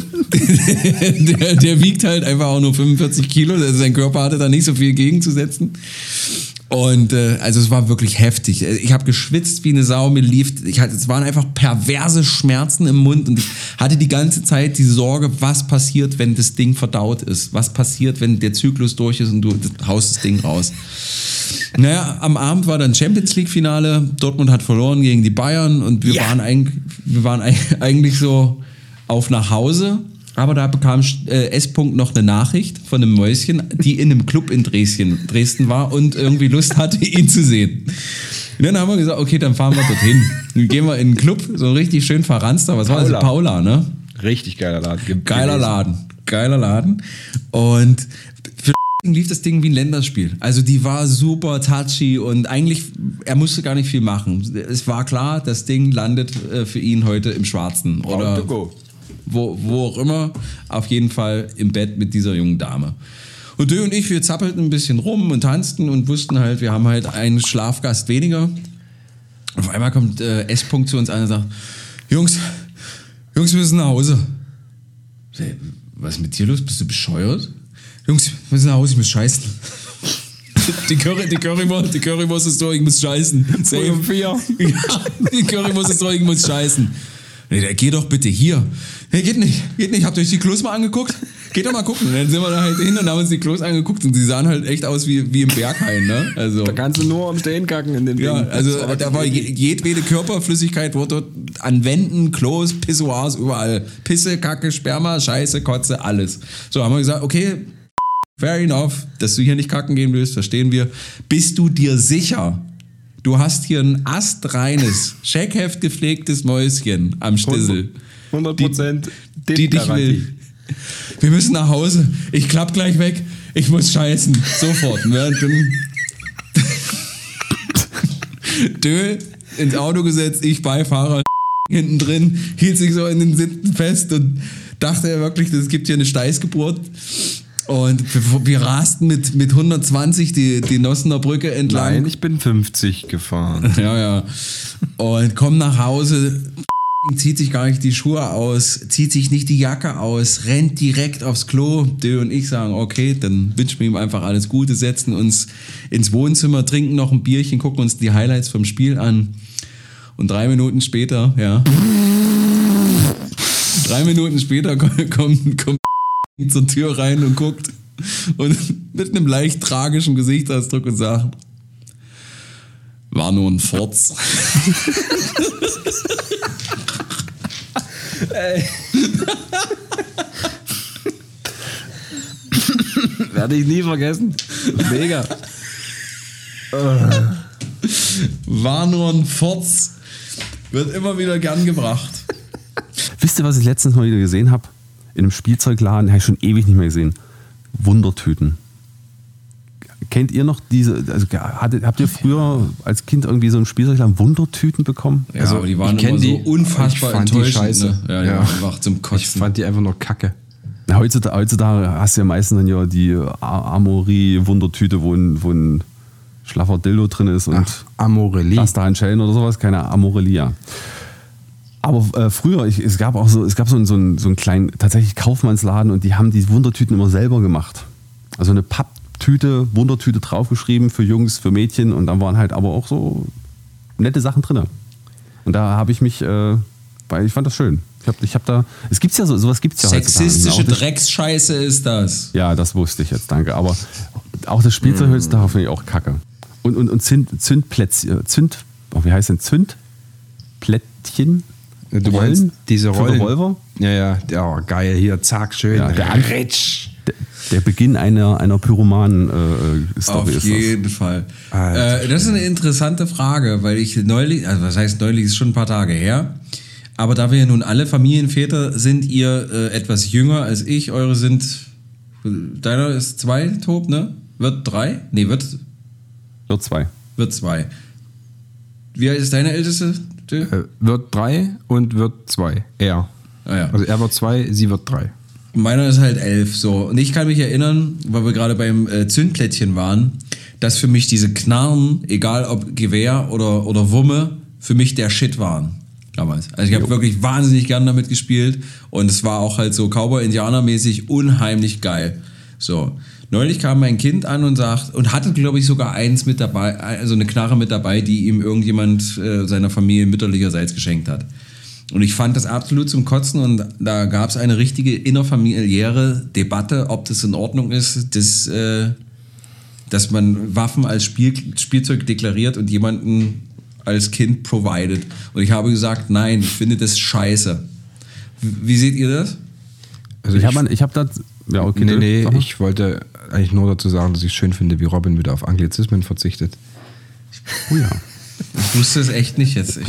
der wiegt halt einfach auch nur 45 Kilo. Also sein Körper hatte da nicht so viel gegenzusetzen. Und also es war wirklich heftig. Ich habe geschwitzt wie eine Sau, mir es waren einfach perverse Schmerzen im Mund und ich hatte die ganze Zeit die Sorge, was passiert, wenn das Ding verdaut ist? Was passiert, wenn der Zyklus durch ist und du haust das Ding raus? Naja, am Abend war dann Champions League Finale, Dortmund hat verloren gegen die Bayern und wir waren eigentlich so auf nach Hause. Aber da bekam S. noch eine Nachricht von einem Mäuschen, die in einem Club in Dresden war und irgendwie Lust hatte, ihn zu sehen. Und dann haben wir gesagt, okay, dann fahren wir dorthin. Dann gehen wir in einen Club, so richtig schön verranster. Was war das? Paula, ne? Richtig geiler Laden. Geiler Laden. Und für lief das Ding wie ein Länderspiel. Also die war super touchy und eigentlich, er musste gar nicht viel machen. Es war klar, das Ding landet für ihn heute im Schwarzen. Oder wo auch immer, auf jeden Fall im Bett mit dieser jungen Dame. Und Dö und ich, wir zappelten ein bisschen rum und tanzten und wussten halt, wir haben halt einen Schlafgast weniger. Auf einmal kommt S. zu uns an und sagt, Jungs, wir müssen nach Hause. Was ist mit dir los? Bist du bescheuert? Jungs, wir müssen nach Hause, ich muss scheißen. Die Currywurst ist durch, ich muss scheißen. Ja, die Currywurst ist durch, ich muss scheißen. Nee, geh doch bitte hier. Nee, geht nicht. Habt ihr euch die Klos mal angeguckt? Geht doch mal gucken. Und dann sind wir da halt hin und haben uns die Klos angeguckt und sie sahen halt echt aus wie im Berghain, ne? Also, da kannst du nur am Stehen kacken in den Ding. Ja, also da war jedwede Körperflüssigkeit wurde dort an Wänden, Klos, Pissoirs, überall. Pisse, Kacke, Sperma, Scheiße, Kotze, alles. So, haben wir gesagt, okay, fair enough, dass du hier nicht kacken gehen willst, verstehen wir. Bist du dir sicher? Du hast hier ein astreines, Scheckheft gepflegtes Mäuschen am Stissel. 100% die dich will. Wir müssen nach Hause. Ich klapp gleich weg. Ich muss scheißen. Sofort. Dö ins Auto gesetzt, ich Beifahrer hinten drin, hielt sich so in den Sitzen fest und dachte ja wirklich, es gibt hier eine Steißgeburt. Und wir rasten mit 120 die Nossener Brücke entlang. Nein, ich bin 50 gefahren. Ja. Und komm nach Hause, zieht sich gar nicht die Schuhe aus, zieht sich nicht die Jacke aus, rennt direkt aufs Klo. Dö und ich sagen, okay, dann wünschen wir ihm einfach alles Gute, setzen uns ins Wohnzimmer, trinken noch ein Bierchen, gucken uns die Highlights vom Spiel an. Und 3 Minuten später, kommt zur Tür rein und guckt und mit einem leicht tragischen Gesichtsausdruck und sagt, war nur ein Furz. Werde ich nie vergessen. Mega. War nur ein Furz. Wird immer wieder gern gebracht. Wisst ihr, was ich letztens mal wieder gesehen habe? In einem Spielzeugladen, habe ich schon ewig nicht mehr gesehen. Wundertüten. Kennt ihr noch diese, also habt ihr früher als Kind irgendwie so im Spielzeugladen Wundertüten bekommen? Ja, also, aber die waren immer so unfassbar enttäuschend. Ne? Ja, die waren einfach zum Kotzen. Ich fand die einfach nur kacke. Heutzutage hast du ja meistens dann ja die Amori-Wundertüte, wo ein schlaffer Dildo drin ist und Amorelie. Schellen oder sowas, keine Amorelia. Aber früher, es gab so einen kleinen, tatsächlich Kaufmannsladen und die haben die Wundertüten immer selber gemacht. Also eine Papptüte, Wundertüte draufgeschrieben für Jungs, für Mädchen und dann waren halt aber auch so nette Sachen drin. Und da habe ich mich, weil ich fand das schön. Ich hab da, es gibt's ja sowas gibt's ja sexistische Drecksscheiße ist das. Ja, das wusste ich jetzt, danke. Aber auch das Spielzeug heutzutage finde ich auch kacke. Und Zündplätzchen, wie heißt denn Zündplättchen? Du meinst diese Rollen? Revolver? Ja, geil, hier, zack, schön. Ja, der Beginn einer Pyromanen-Story ist das. Auf jeden Fall. Das ist eine interessante Frage, weil ich neulich, also was heißt neulich, ist schon ein paar Tage her, aber da wir ja nun alle Familienväter sind, ihr etwas jünger als ich, deiner ist 2, Tob, ne? Wird 3? Nee, wird 2. Wird 2. Wie alt ist deine Älteste? Wird 3 und wird 2. Er. Ah, ja. Also er wird 2, sie wird 3. Meiner ist halt 11, so. Und ich kann mich erinnern, weil wir gerade beim Zündplättchen waren, dass für mich diese Knarren, egal ob Gewehr oder Wumme, für mich der Shit waren damals. Also ich habe wirklich wahnsinnig gern damit gespielt und es war auch halt so Cowboy-Indianer-mäßig unheimlich geil. So. Neulich kam mein Kind an und hatte, glaube ich, sogar eins mit dabei, also eine Knarre mit dabei, die ihm irgendjemand seiner Familie mütterlicherseits geschenkt hat. Und ich fand das absolut zum Kotzen und da gab es eine richtige innerfamiliäre Debatte, ob das in Ordnung ist, dass man Waffen als Spielzeug deklariert und jemanden als Kind provided. Und ich habe gesagt, nein, ich finde das scheiße. Wie seht ihr das? Also ich habe da... Ja, okay. Ich wollte eigentlich nur dazu sagen, dass ich es schön finde, wie Robin wieder auf Anglizismen verzichtet. Oh ja. Ich wusste es echt nicht jetzt.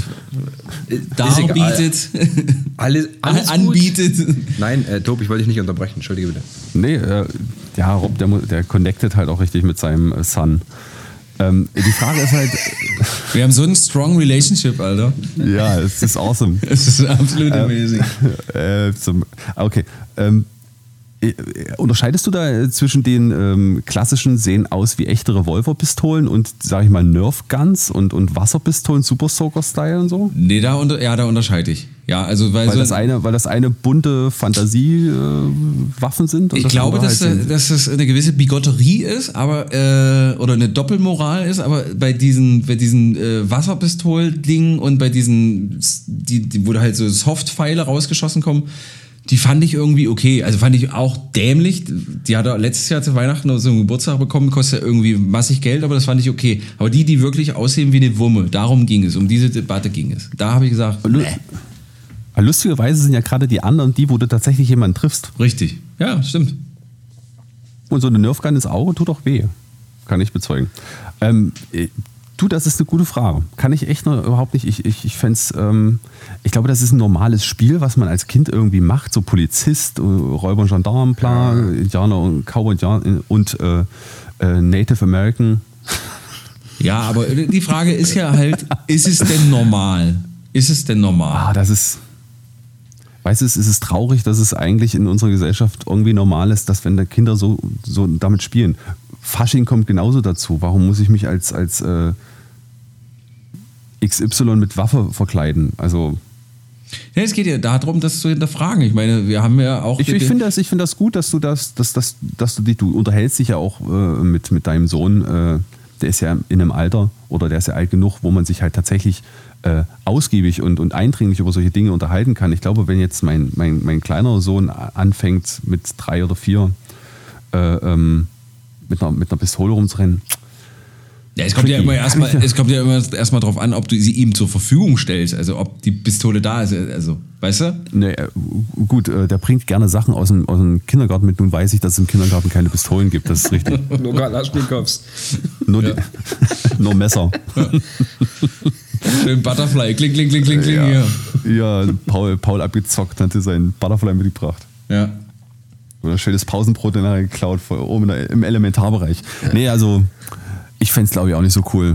Darbietet. Alles anbietet. Gut. Nein, Tob, ich wollte dich nicht unterbrechen. Entschuldige bitte. Nee, ja, Rob, der connectet halt auch richtig mit seinem Son. Die Frage ist halt... Wir haben so einen strong Relationship, Alter. Ja, es ist awesome. Es ist absolut amazing. Okay. Unterscheidest du da zwischen den klassischen, sehen aus wie echte Revolverpistolen und, sag ich mal, Nerf-Guns und Wasserpistolen, Super Soaker-Style und so? Nee, da unterscheide ich. Ja, also weil das eine bunte Fantasie-Waffen sind? Und ich glaube, dass das eine gewisse Bigotterie ist, aber oder eine Doppelmoral ist, aber bei diesen Wasserpistol-Dingen und bei diesen, wo da halt so Softpfeile rausgeschossen kommen, die fand ich irgendwie okay. Also fand ich auch dämlich. Die hat er letztes Jahr zu Weihnachten so einen Geburtstag bekommen, kostet ja irgendwie massig Geld, aber das fand ich okay. Aber die wirklich aussehen wie eine Wumme, darum ging es, um diese Debatte ging es. Da habe ich gesagt, lustigerweise sind ja gerade die anderen die, wo du tatsächlich jemanden triffst. Richtig, ja, stimmt. Und so eine Nerfgun ins Auge tut auch weh. Kann ich bezeugen. Das ist eine gute Frage. Kann ich echt noch überhaupt nicht. Ich fände es, ich glaube, das ist ein normales Spiel, was man als Kind irgendwie macht. So Polizist, Räuber und Gendarm, Indianer und Cowboy und Native American. Ja, aber die Frage ist ja halt, ist es denn normal? Das ist... Weißt du, es ist traurig, dass es eigentlich in unserer Gesellschaft irgendwie normal ist, dass wenn da Kinder so damit spielen. Fasching kommt genauso dazu. Warum muss ich mich als XY mit Waffe verkleiden? Also... Ja, es geht ja darum, das zu hinterfragen. Ich meine, wir haben ja auch... Ich finde das gut, dass du du unterhältst dich ja auch mit deinem Sohn, der ist ja in einem Alter oder der ist ja alt genug, wo man sich halt tatsächlich ausgiebig und eindringlich über solche Dinge unterhalten kann. Ich glaube, wenn jetzt mein kleiner Sohn anfängt mit 3 oder 4 mit einer Pistole rumzurennen. Ja, es kommt ja immer erstmal drauf an, ob du sie ihm zur Verfügung stellst, also ob die Pistole da ist, also, weißt du? Nee, gut, der bringt gerne Sachen aus dem Kindergarten mit. Nun weiß ich, dass es im Kindergarten keine Pistolen gibt, das ist richtig. Nur Kalaschnikows. Nur Messer. Schön Butterfly, kling, kling, kling, kling, kling. Ja, Paul abgezockt, hatte seinen Butterfly mitgebracht. Ja. Oder schönes Pausenbrot in der geklaut, oben im Elementarbereich. Ja. Nee, also ich fände es, glaube ich, auch nicht so cool.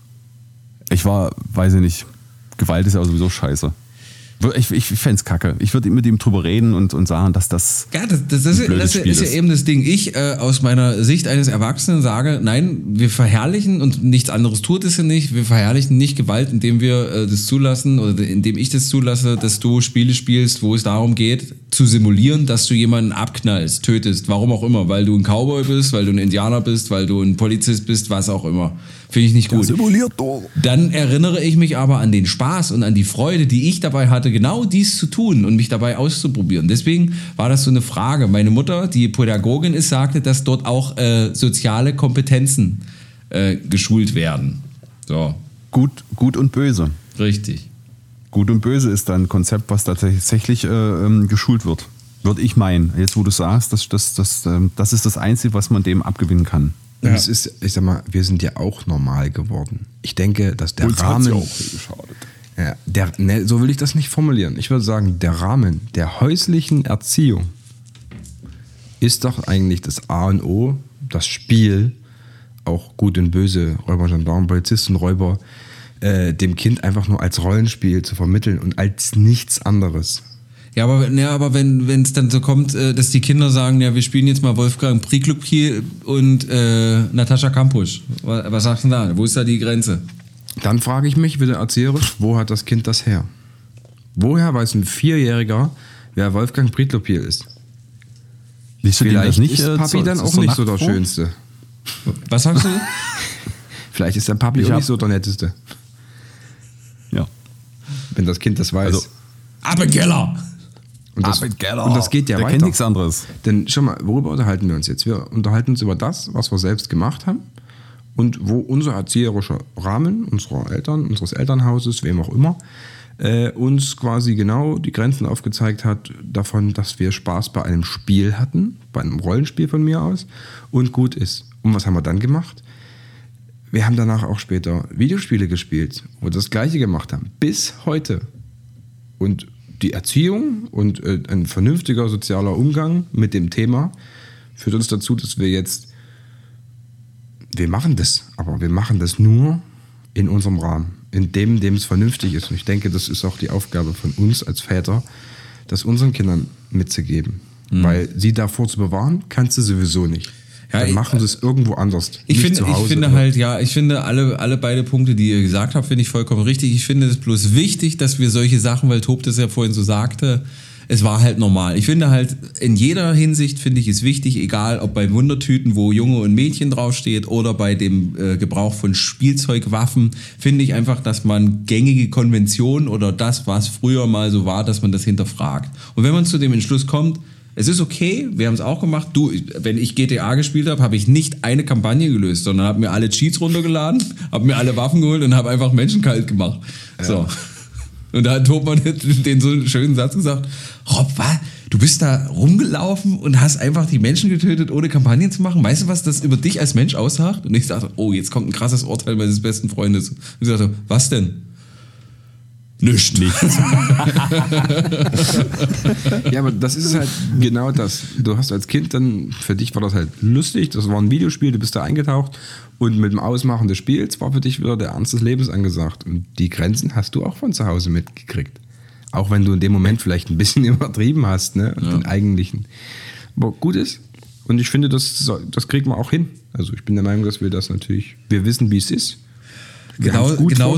Weiß ich nicht, Gewalt ist ja sowieso scheiße. Ich fände es kacke. Ich würde mit ihm drüber reden und sagen, dass das. Ja, das ist ja eben das Ding. Ich aus meiner Sicht eines Erwachsenen sage, nein, wir verherrlichen und nichts anderes tut es ja nicht. Wir verherrlichen nicht Gewalt, indem wir das zulassen oder indem ich das zulasse, dass du Spiele spielst, wo es darum geht, zu simulieren, dass du jemanden abknallst, tötest, warum auch immer, weil du ein Cowboy bist, weil du ein Indianer bist, weil du ein Polizist bist, was auch immer. Finde ich nicht gut. Simuliert doch. Dann erinnere ich mich aber an den Spaß und an die Freude, die ich dabei hatte, genau dies zu tun und mich dabei auszuprobieren. Deswegen war das so eine Frage. Meine Mutter, die Pädagogin ist, sagte, dass dort auch soziale Kompetenzen geschult werden. So. Gut und böse. Richtig. Gut und böse ist ein Konzept, was tatsächlich geschult wird. Würde ich meinen. Jetzt, wo du sagst, das ist das Einzige, was man dem abgewinnen kann. Ja. Es ist, ich sag mal, wir sind ja auch normal geworden. Ich denke, dass der uns Rahmen... auch geschadet. Ja, so will ich das nicht formulieren. Ich würde sagen, der Rahmen der häuslichen Erziehung ist doch eigentlich das A und O, das Spiel, auch Gut und Böse, Räuber, Gendarm, Polizist und Räuber, dem Kind einfach nur als Rollenspiel zu vermitteln und als nichts anderes. Ja, aber wenn es dann so kommt, dass die Kinder sagen, ja, wir spielen jetzt mal Wolfgang Priklupki und Natascha Kampusch. Was sagst du da? Wo ist da die Grenze? Dann frage ich mich wieder erzählerisch, wo hat das Kind das her? Woher weiß ein 4-Jähriger, wer Wolfgang Priklupil ist? Vielleicht ist Papi dann auch nicht so der Schönste. Was sagst du? Vielleicht ist der Papi auch nicht so der Netteste. Ja. Wenn das Kind das weiß. Also, ab in den Keller! Und das geht ja der weiter. kennt nichts anderes. Denn schau mal, worüber unterhalten wir uns jetzt? Wir unterhalten uns über das, was wir selbst gemacht haben und wo unser erzieherischer Rahmen unserer Eltern, unseres Elternhauses, wem auch immer, uns quasi genau die Grenzen aufgezeigt hat davon, dass wir Spaß bei einem Spiel hatten, bei einem Rollenspiel von mir aus und gut ist. Und was haben wir dann gemacht? Wir haben danach auch später Videospiele gespielt, wo wir das Gleiche gemacht haben, bis heute. Und die Erziehung und ein vernünftiger sozialer Umgang mit dem Thema führt uns dazu, dass wir machen das, aber wir machen das nur in unserem Rahmen, in dem es vernünftig ist. Und ich denke, das ist auch die Aufgabe von uns als Väter, das unseren Kindern mitzugeben. Weil sie davor zu bewahren, kannst du sowieso nicht. Ja, dann machen sie es irgendwo anders. Ich nicht zu Hause, ich finde alle beide Punkte, die ihr gesagt habt, finde ich vollkommen richtig. Ich finde es bloß wichtig, dass wir solche Sachen, weil Tob das ja vorhin so sagte, es war halt normal. Ich finde halt, in jeder Hinsicht finde ich es wichtig, egal ob bei Wundertüten, wo Junge und Mädchen draufsteht oder bei dem Gebrauch von Spielzeugwaffen, finde ich einfach, dass man gängige Konventionen oder das, was früher mal so war, dass man das hinterfragt. Und wenn man zu dem Entschluss kommt, es ist okay, wir haben es auch gemacht. Wenn ich GTA gespielt habe, habe ich nicht eine Kampagne gelöst, sondern habe mir alle Cheats runtergeladen, habe mir alle Waffen geholt und habe einfach Menschen kalt gemacht. Ja. So. Und da hat Tobmann den so einen schönen Satz gesagt, Rob, was? Du bist da rumgelaufen und hast einfach die Menschen getötet, ohne Kampagnen zu machen? Weißt du, was das über dich als Mensch aussagt? Und ich sagte, oh, jetzt kommt ein krasses Urteil meines besten Freundes. Und ich sagte, was denn? Nichts. Ja, aber das ist halt genau das. Du hast als Kind dann, für dich war das halt lustig, das war ein Videospiel, du bist da eingetaucht und mit dem Ausmachen des Spiels war für dich wieder der Ernst des Lebens angesagt. Und die Grenzen hast du auch von zu Hause mitgekriegt. Auch wenn du in dem Moment vielleicht ein bisschen übertrieben hast, ne? Und den eigentlichen. Aber gut ist. Und ich finde, das kriegen wir auch hin. Also ich bin der Meinung, dass wir das natürlich, wir wissen, wie es ist. Genau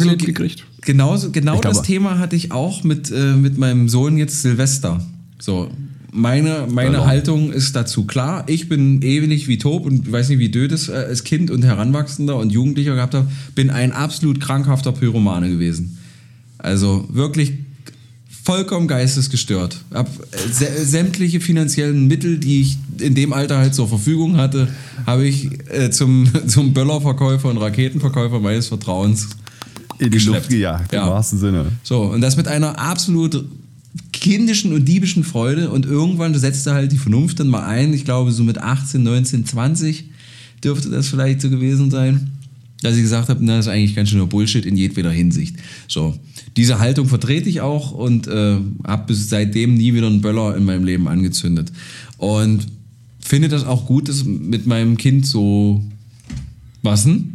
das Thema hatte ich auch mit meinem Sohn jetzt Silvester. So, meine Haltung ist dazu klar. Ich bin ähnlich wie Tob und ich weiß nicht, wie du das als Kind und Heranwachsender und Jugendlicher gehabt hast, bin ein absolut krankhafter Pyromane gewesen. Also wirklich vollkommen geistesgestört. Hab sämtliche finanziellen Mittel, die ich in dem Alter halt zur Verfügung hatte, habe ich zum Böllerverkäufer und Raketenverkäufer meines Vertrauens in die Luft gejagt, im wahrsten Sinne. So, und das mit einer absolut kindischen und diebischen Freude und irgendwann setzte halt die Vernunft dann mal ein. Ich glaube, so mit 18, 19, 20 dürfte das vielleicht so gewesen sein, dass ich gesagt habe, das ist eigentlich ganz schöner Bullshit in jedweder Hinsicht. So, diese Haltung vertrete ich auch und habe bis seitdem nie wieder einen Böller in meinem Leben angezündet. Und finde das auch gut, dass mit meinem Kind so... Was denn?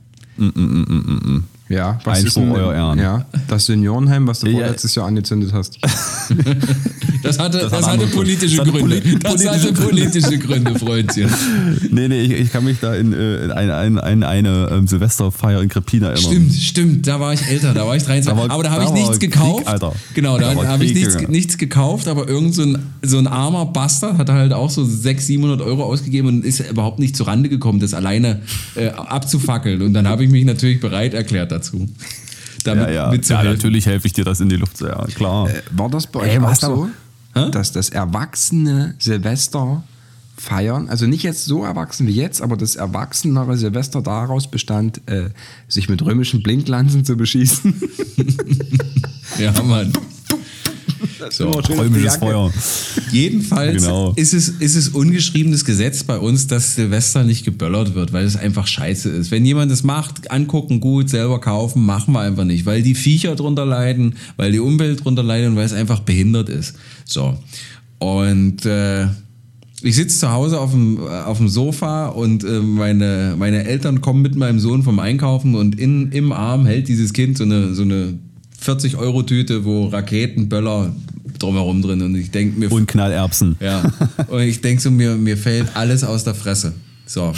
Ja, was Eins ist denn, euer Ehren. Ja, das Seniorenheim, was du vorletztes Jahr angezündet hast. Das hatte politische Gründe. Das hatte politische Gründe, Freundchen. Nee, ich kann mich da in eine Silvesterfeier in Krepina erinnern. Stimmt, da war ich älter, da war ich 23. Aber da habe ich nichts gekauft. Krieg, Alter. Genau, da habe ich nichts gekauft, aber irgend so ein armer Bastard hat halt auch so 600-700 € ausgegeben und ist überhaupt nicht zurande gekommen, das alleine abzufackeln. Und dann habe ich mich natürlich bereit erklärt dazu. Damit ja, natürlich helfe ich dir das in die Luft. Ja, klar. War das bei euch auch so, dass das erwachsene Silvester feiern, also nicht jetzt so erwachsen wie jetzt, aber das erwachsenere Silvester daraus bestand, sich mit römischen Blinklanzen zu beschießen? Ja, Mann. So, träumisches Feuer. Jedenfalls ist es ungeschriebenes Gesetz bei uns, dass Silvester nicht geböllert wird, weil es einfach scheiße ist. Wenn jemand das macht, angucken, gut, selber kaufen, machen wir einfach nicht, weil die Viecher drunter leiden, weil die Umwelt drunter leidet und weil es einfach behindert ist. So. Und ich sitze zu Hause auf dem Sofa und meine Eltern kommen mit meinem Sohn vom Einkaufen und im Arm hält dieses Kind so eine 40-Euro-Tüte, wo Raketen, Böller, drumherum drin und ich denke mir... Und Knallerbsen. Ja, und ich denke so, mir fällt alles aus der Fresse. So.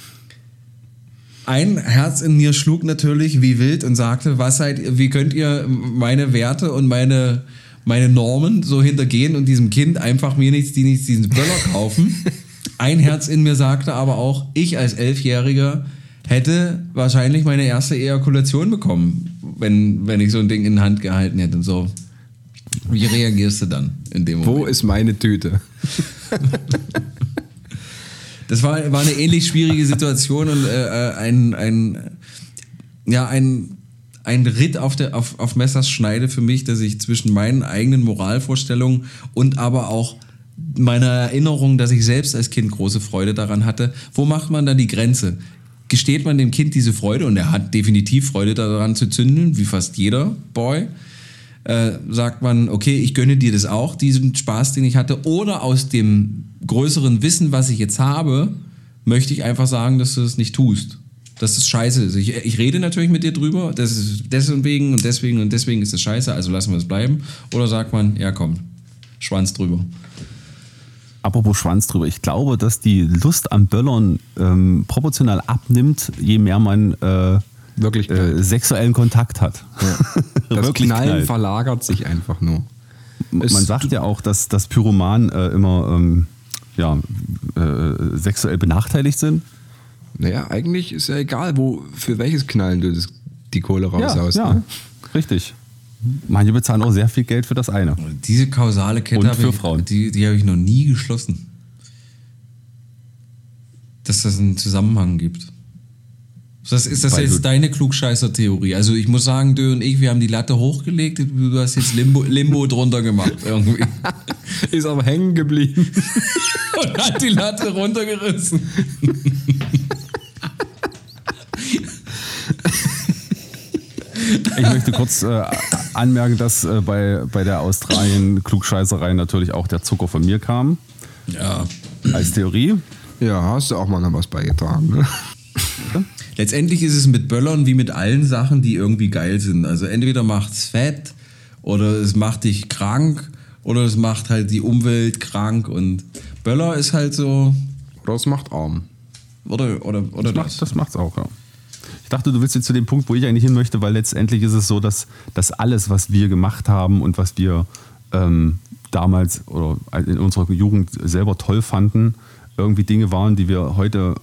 Ein Herz in mir schlug natürlich wie wild und sagte, wie könnt ihr meine Werte und meine Normen so hintergehen und diesem Kind einfach mir diesen Böller kaufen? Ein Herz in mir sagte aber auch, ich als 11-Jähriger hätte wahrscheinlich meine erste Ejakulation bekommen, wenn ich so ein Ding in der Hand gehalten hätte. Und so, wie reagierst du dann in dem Moment? Wo ist meine Tüte? Das war eine ähnlich schwierige Situation und ein Ritt auf Messers Schneide für mich, dass ich zwischen meinen eigenen Moralvorstellungen und aber auch meiner Erinnerung, dass ich selbst als Kind große Freude daran hatte. Wo macht man dann die Grenze? Gesteht man dem Kind diese Freude, und er hat definitiv Freude daran zu zündeln, wie fast jeder Boy, sagt man, okay, ich gönne dir das auch, diesen Spaß, den ich hatte, oder aus dem größeren Wissen, was ich jetzt habe, möchte ich einfach sagen, dass du das nicht tust. Dass das scheiße ist. Ich rede natürlich mit dir drüber, das ist deswegen und deswegen und deswegen ist das scheiße, also lassen wir es bleiben. Oder sagt man, ja komm, Schwanz drüber. Apropos Schwanz drüber, ich glaube, dass die Lust am Böllern proportional abnimmt, je mehr man Wirklich sexuellen Kontakt hat. Ja. Das Wirklich Knallen knallt. verlagert sich einfach nur. Man sagt ja auch, dass Pyromanen immer sexuell benachteiligt sind. Naja, eigentlich ist ja egal, für welches Knallen du die Kohle raushaust. Ja, Ne? richtig. Manche bezahlen auch sehr viel Geld für das eine. Diese kausale Kette Und für Frauen. Die habe ich noch nie geschlossen. Dass das einen Zusammenhang gibt. Ist das Weil jetzt deine Klugscheißer-Theorie? Also ich muss sagen, Dö und ich, wir haben die Latte hochgelegt, du hast jetzt Limbo drunter gemacht irgendwie. Ist aber hängen geblieben. Und hat die Latte runtergerissen. Ich möchte kurz anmerken, dass bei der Australien-Klugscheißerei natürlich auch der Zucker von mir kam. Ja. Als Theorie. Ja, hast du auch mal noch was beigetragen. Ne? Letztendlich ist es mit Böllern wie mit allen Sachen, die irgendwie geil sind. Also entweder macht's fett oder es macht dich krank oder es macht halt die Umwelt krank und Böller ist halt so... Oder es macht arm. Oder Das macht's auch, ja. Ich dachte, du willst jetzt zu dem Punkt, wo ich eigentlich hin möchte, weil letztendlich ist es so, dass alles, was wir gemacht haben und was wir damals oder in unserer Jugend selber toll fanden, irgendwie Dinge waren, die wir heute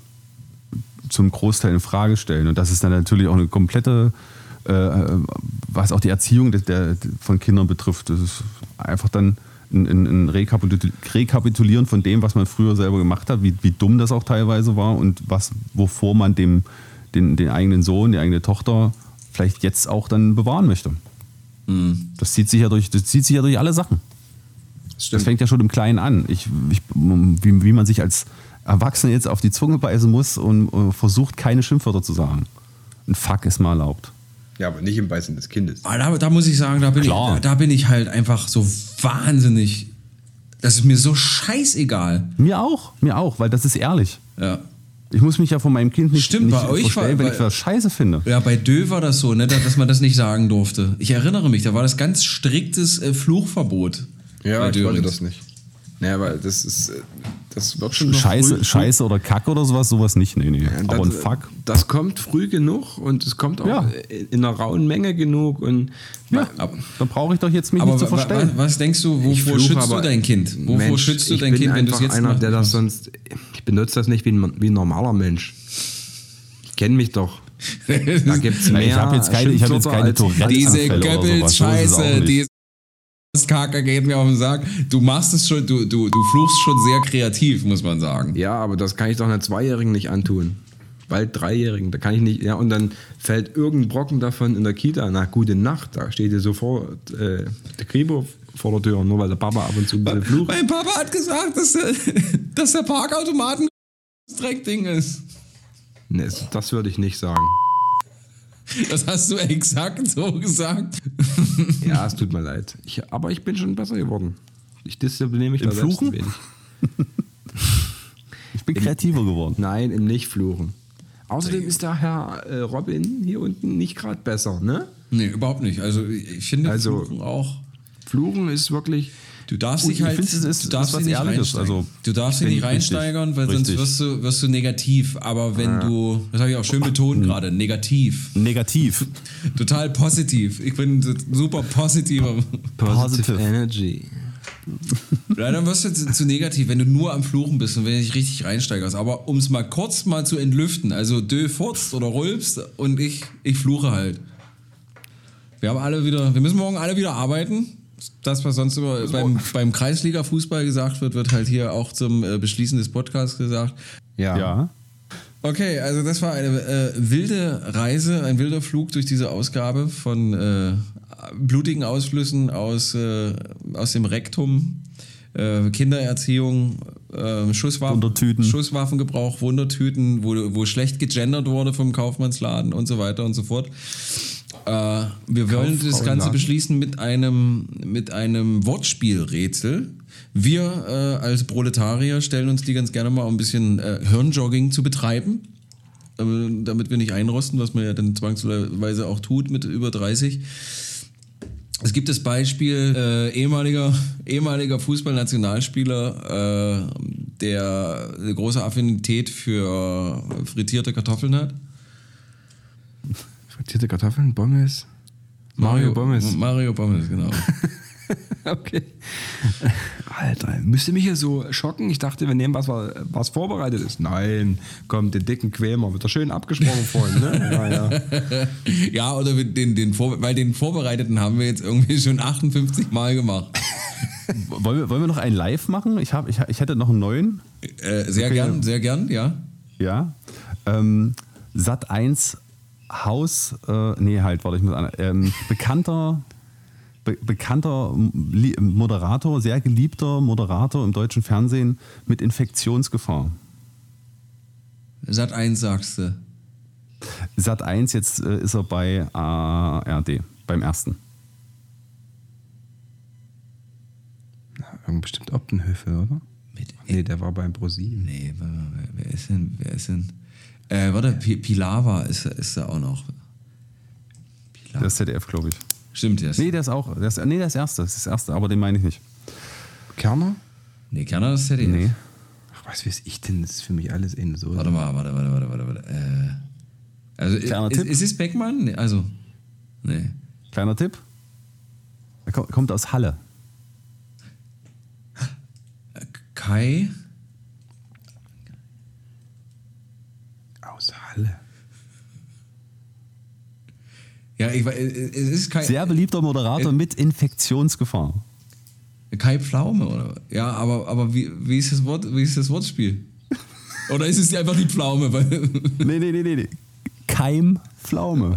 zum Großteil in Frage stellen. Und das ist dann natürlich auch eine komplette, was auch die Erziehung von Kindern betrifft. Das ist einfach dann ein Rekapitulieren von dem, was man früher selber gemacht hat, wie dumm das auch teilweise war und wovor man den eigenen Sohn, die eigene Tochter vielleicht jetzt auch dann bewahren möchte. Mhm. Das zieht sich ja durch alle Sachen. Das fängt ja schon im Kleinen an. Wie man sich als Erwachsener jetzt auf die Zunge beißen muss und versucht, keine Schimpfwörter zu sagen. Ein Fuck ist mal erlaubt. Ja, aber nicht im Beißen des Kindes. Da muss ich sagen, da bin ich halt einfach so wahnsinnig. Das ist mir so scheißegal. Mir auch, weil das ist ehrlich. Ja. Ich muss mich ja von meinem Kind nicht bei euch verstellen, wenn ich das scheiße finde. Ja, bei Dö war das so, ne, dass man das nicht sagen durfte. Ich erinnere mich, da war das ganz striktes Fluchverbot. Ja, ich wollte Döring. das nicht. Naja, aber das wird schon noch Scheiße oder Kack oder sowas nicht. Nee. Aber ein Fuck. Das kommt früh genug und es kommt auch in einer rauen Menge genug. Und Ja, dann brauche ich doch jetzt mich nicht zu verstellen. Was denkst du, wovor schützt du dein Kind? Wovor schützt du dein Kind, wenn du es jetzt einer, der das sonst. Ich benutze das nicht wie ein normaler Mensch. Ich kenne mich doch. Da gibt's mehr. Ich habe jetzt keine Tourette. Diese Goebbels-Scheiße, diese Kacke geht mir auf den Sack. Du machst es schon, du fluchst schon sehr kreativ, muss man sagen. Ja, aber das kann ich doch einer Zweijährigen nicht antun. Bald Dreijährigen, da kann ich nicht. Ja, und dann fällt irgendein Brocken davon in der Kita. Na, gute Nacht, da steht dir sofort der Kripo vor der Tür, nur weil der Papa ab und zu ein bisschen flucht. Mein Papa hat gesagt, dass der Parkautomat ein Dreckding ist. Nee, das würde ich nicht sagen. Das hast du exakt so gesagt. Ja, es tut mir leid. Aber ich bin schon besser geworden. Ich diszipliniere mich Im da selbst Fluchen? ein wenig. Ich bin kreativer geworden. Nein, im Nicht-Fluchen. Außerdem ist der Herr Robin hier unten nicht gerade besser, ne? Nee, überhaupt nicht. Also ich finde Also- Fluchen auch. Fluchen ist wirklich... Du darfst Und dich ich halt, finde, es ist du darfst was dich nicht Ehrliches. reinsteigern. Also, Du darfst dich nicht reinsteigern, weil sonst wirst du negativ. Aber wenn du, das habe ich auch schön betont gerade, negativ. Negativ. Total positiv. Ich bin super positiver. Positive Energy. Ja, dann wirst du zu negativ, wenn du nur am Fluchen bist und wenn du dich richtig reinsteigerst. Aber um es mal kurz zu entlüften, also Dö furzt oder rülpst und ich fluche halt. Wir müssen morgen alle wieder arbeiten. Das, was sonst immer beim Kreisliga-Fußball gesagt wird halt hier auch zum Beschließen des Podcasts gesagt. Ja. Okay, also das war eine wilde Reise, ein wilder Flug durch diese Ausgabe von blutigen Ausflüssen aus dem Rektum, Kindererziehung, Schusswaffengebrauch, Wundertüten, wo schlecht gegendert wurde vom Kaufmannsladen und so weiter und so fort. Wir wollen das Ganze beschließen mit einem Wortspielrätsel. Wir als Proletarier stellen uns die ganz gerne mal, um ein bisschen Hirnjogging zu betreiben, damit wir nicht einrosten, was man ja dann zwangsweise auch tut mit über 30. Es gibt das Beispiel ehemaliger Fußballnationalspieler, der eine große Affinität für frittierte Kartoffeln hat. Frittierte Kartoffeln, Pommes. Mario Pommes. Mario Pommes, genau. Okay. Alter, müsst ihr mich hier so schocken? Ich dachte, wir nehmen was vorbereitet ist. Nein, komm, den dicken Quämer. Wird doch schön abgesprochen vorhin, ne? Ja. Ja, oder weil den Vorbereiteten haben wir jetzt irgendwie schon 58 Mal gemacht. Wollen wir noch einen live machen? Ich hätte noch einen neuen. Sehr gern, ja. Ja. Sat.1 Haus, bekannter Moderator, sehr geliebter Moderator im deutschen Fernsehen mit Infektionsgefahr. Sat.1 sagst du. Sat.1, jetzt ist er bei ARD, beim ersten. Bestimmt Optenhöfe, oder? Nee, der war beim ProSieben. Nee, wer ist denn? Pilawa ist da auch noch. Der ist ZDF, glaube ich. Stimmt, der ist auch. Der ist das erste, aber den meine ich nicht. Kerner? Nee, Kerner ist ZDF. Nee. Ach, was weiß ich denn? Das ist für mich alles so. Warte mal. Also, ist es Beckmann? Nee, also, nee. Kleiner Tipp. Er kommt aus Halle. Kai? Aus Halle. Ja, es ist Kai. Sehr beliebter Moderator mit Infektionsgefahr. Kai Pflaume, oder? Ja, aber wie ist das Wortspiel? Oder ist es einfach die Pflaume? Nee. Keim Pflaume.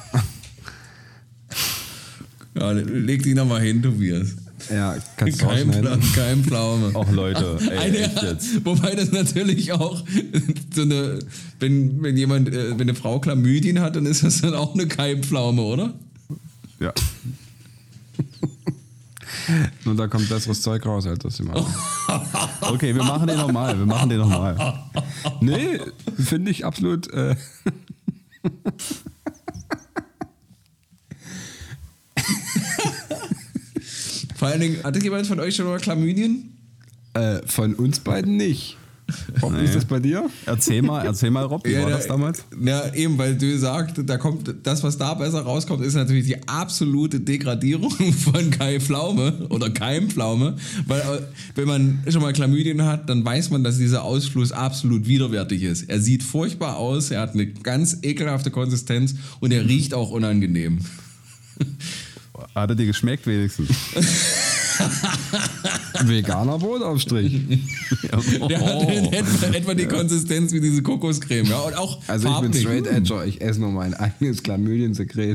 Ja, leg die nochmal hin, Tobias. Ja, kannst du Kein Pflaume. Ach Leute, echt jetzt. Wobei das natürlich auch so eine, wenn eine Frau Chlamydien hat, dann ist das dann auch eine Keimpflaume, oder? Ja. Nur da kommt besseres Zeug raus, als das immer. Okay, wir machen den nochmal. Nee, finde ich absolut. Vor allen Dingen, hatte jemand von euch schon mal Chlamydien? Von uns beiden nicht. Rob, wie ist das bei dir? Erzähl mal, Rob, wie war das damals? Ja, eben, weil du sagst, da kommt das, was da besser rauskommt, ist natürlich die absolute Degradierung von Kai Pflaume oder Keimpflaume, weil wenn man schon mal Chlamydien hat, dann weiß man, dass dieser Ausfluss absolut widerwärtig ist. Er sieht furchtbar aus, er hat eine ganz ekelhafte Konsistenz und er riecht auch unangenehm. Hat er dir geschmeckt wenigstens? Veganer Brotaufstrich. Der hat etwa die Konsistenz wie diese Kokoscreme. Ja, und auch also farblich. Ich bin Straight Edger, ich esse nur mein eigenes Chlamydien-Sekret.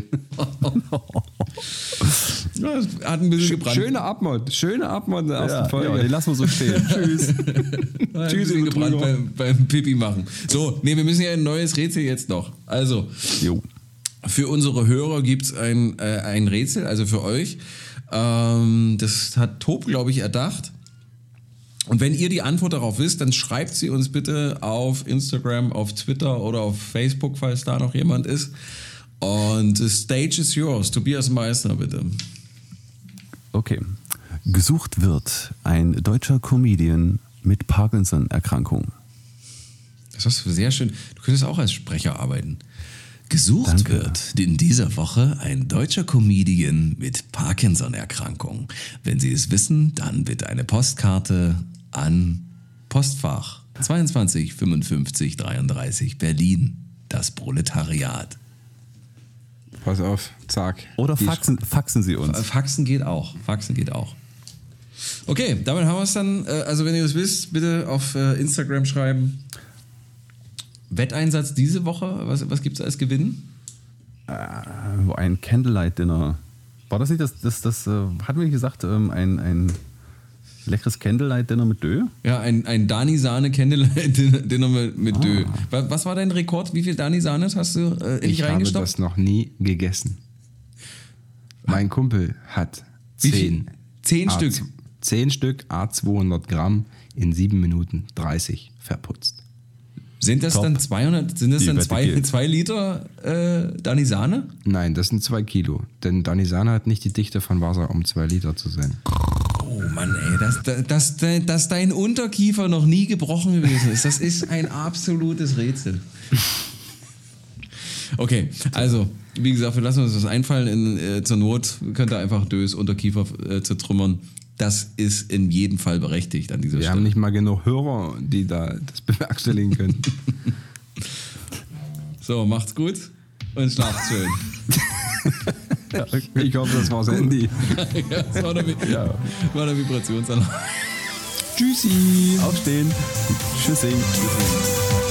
Ja, das hat ein bisschen gebrannt. Schöne Abmod in der ersten Folge. Ja, den lassen wir so stehen. Tschüss. Tschüss, gebrannt beim Pipi machen. So, wir müssen ja ein neues Rätsel jetzt noch. Also, für unsere Hörer gibt es ein Rätsel, also für euch. Das hat Tob, glaube ich, erdacht. Und wenn ihr die Antwort darauf wisst, dann schreibt sie uns bitte auf Instagram, auf Twitter oder auf Facebook, falls da noch jemand ist. Und the stage is yours. Tobias Meissner, bitte. Okay. Gesucht wird ein deutscher Comedian mit Parkinson-Erkrankung. Das ist sehr schön. Du könntest auch als Sprecher arbeiten. Gesucht Danke. wird in dieser Woche ein deutscher Comedian mit Parkinson-Erkrankung. Wenn Sie es wissen, dann bitte eine Postkarte an Postfach 22 55 33 Berlin, das Proletariat. Pass auf, zack. Oder faxen Sie uns. Faxen geht auch. Okay, damit haben wir es dann. Also wenn ihr das wisst, bitte auf Instagram schreiben. Wetteinsatz diese Woche, was gibt es als Gewinn? Ein Candlelight-Dinner. War das nicht das hatten wir nicht gesagt, ein leckeres Candlelight-Dinner mit Dö? Ja, ein Dani-Sahne Candlelight-Dinner mit Dö. Was war dein Rekord? Wie viel Dani-Sahne hast du in dich Ich habe reingestopft? das noch nie gegessen. Mein Kumpel hat Wie viel? 10 Stück. 10 Stück, A200 Gramm in 7 Minuten 30 verputzt. Sind das Top. dann 200, sind das Die dann Wette 2 gilt. Liter Dani-Sahne? Nein, das sind 2 Kilo. Denn Danisana hat nicht die Dichte von Wasser, um 2 Liter zu sein. Oh Mann, ey, dass dein Unterkiefer noch nie gebrochen gewesen ist, das ist ein absolutes Rätsel. Okay, also, wie gesagt, wir lassen uns das einfallen. Zur Not könnt ihr einfach Dös Unterkiefer zertrümmern. Das ist in jedem Fall berechtigt an dieser Wir Stelle. haben nicht mal genug Hörer, die da das bewerkstelligen können. So, macht's gut und schlaft schön. Ich hoffe, das war's Handy. Ja, das war der Vibrationsalarm. Tschüssi. Aufstehen. Tschüssing.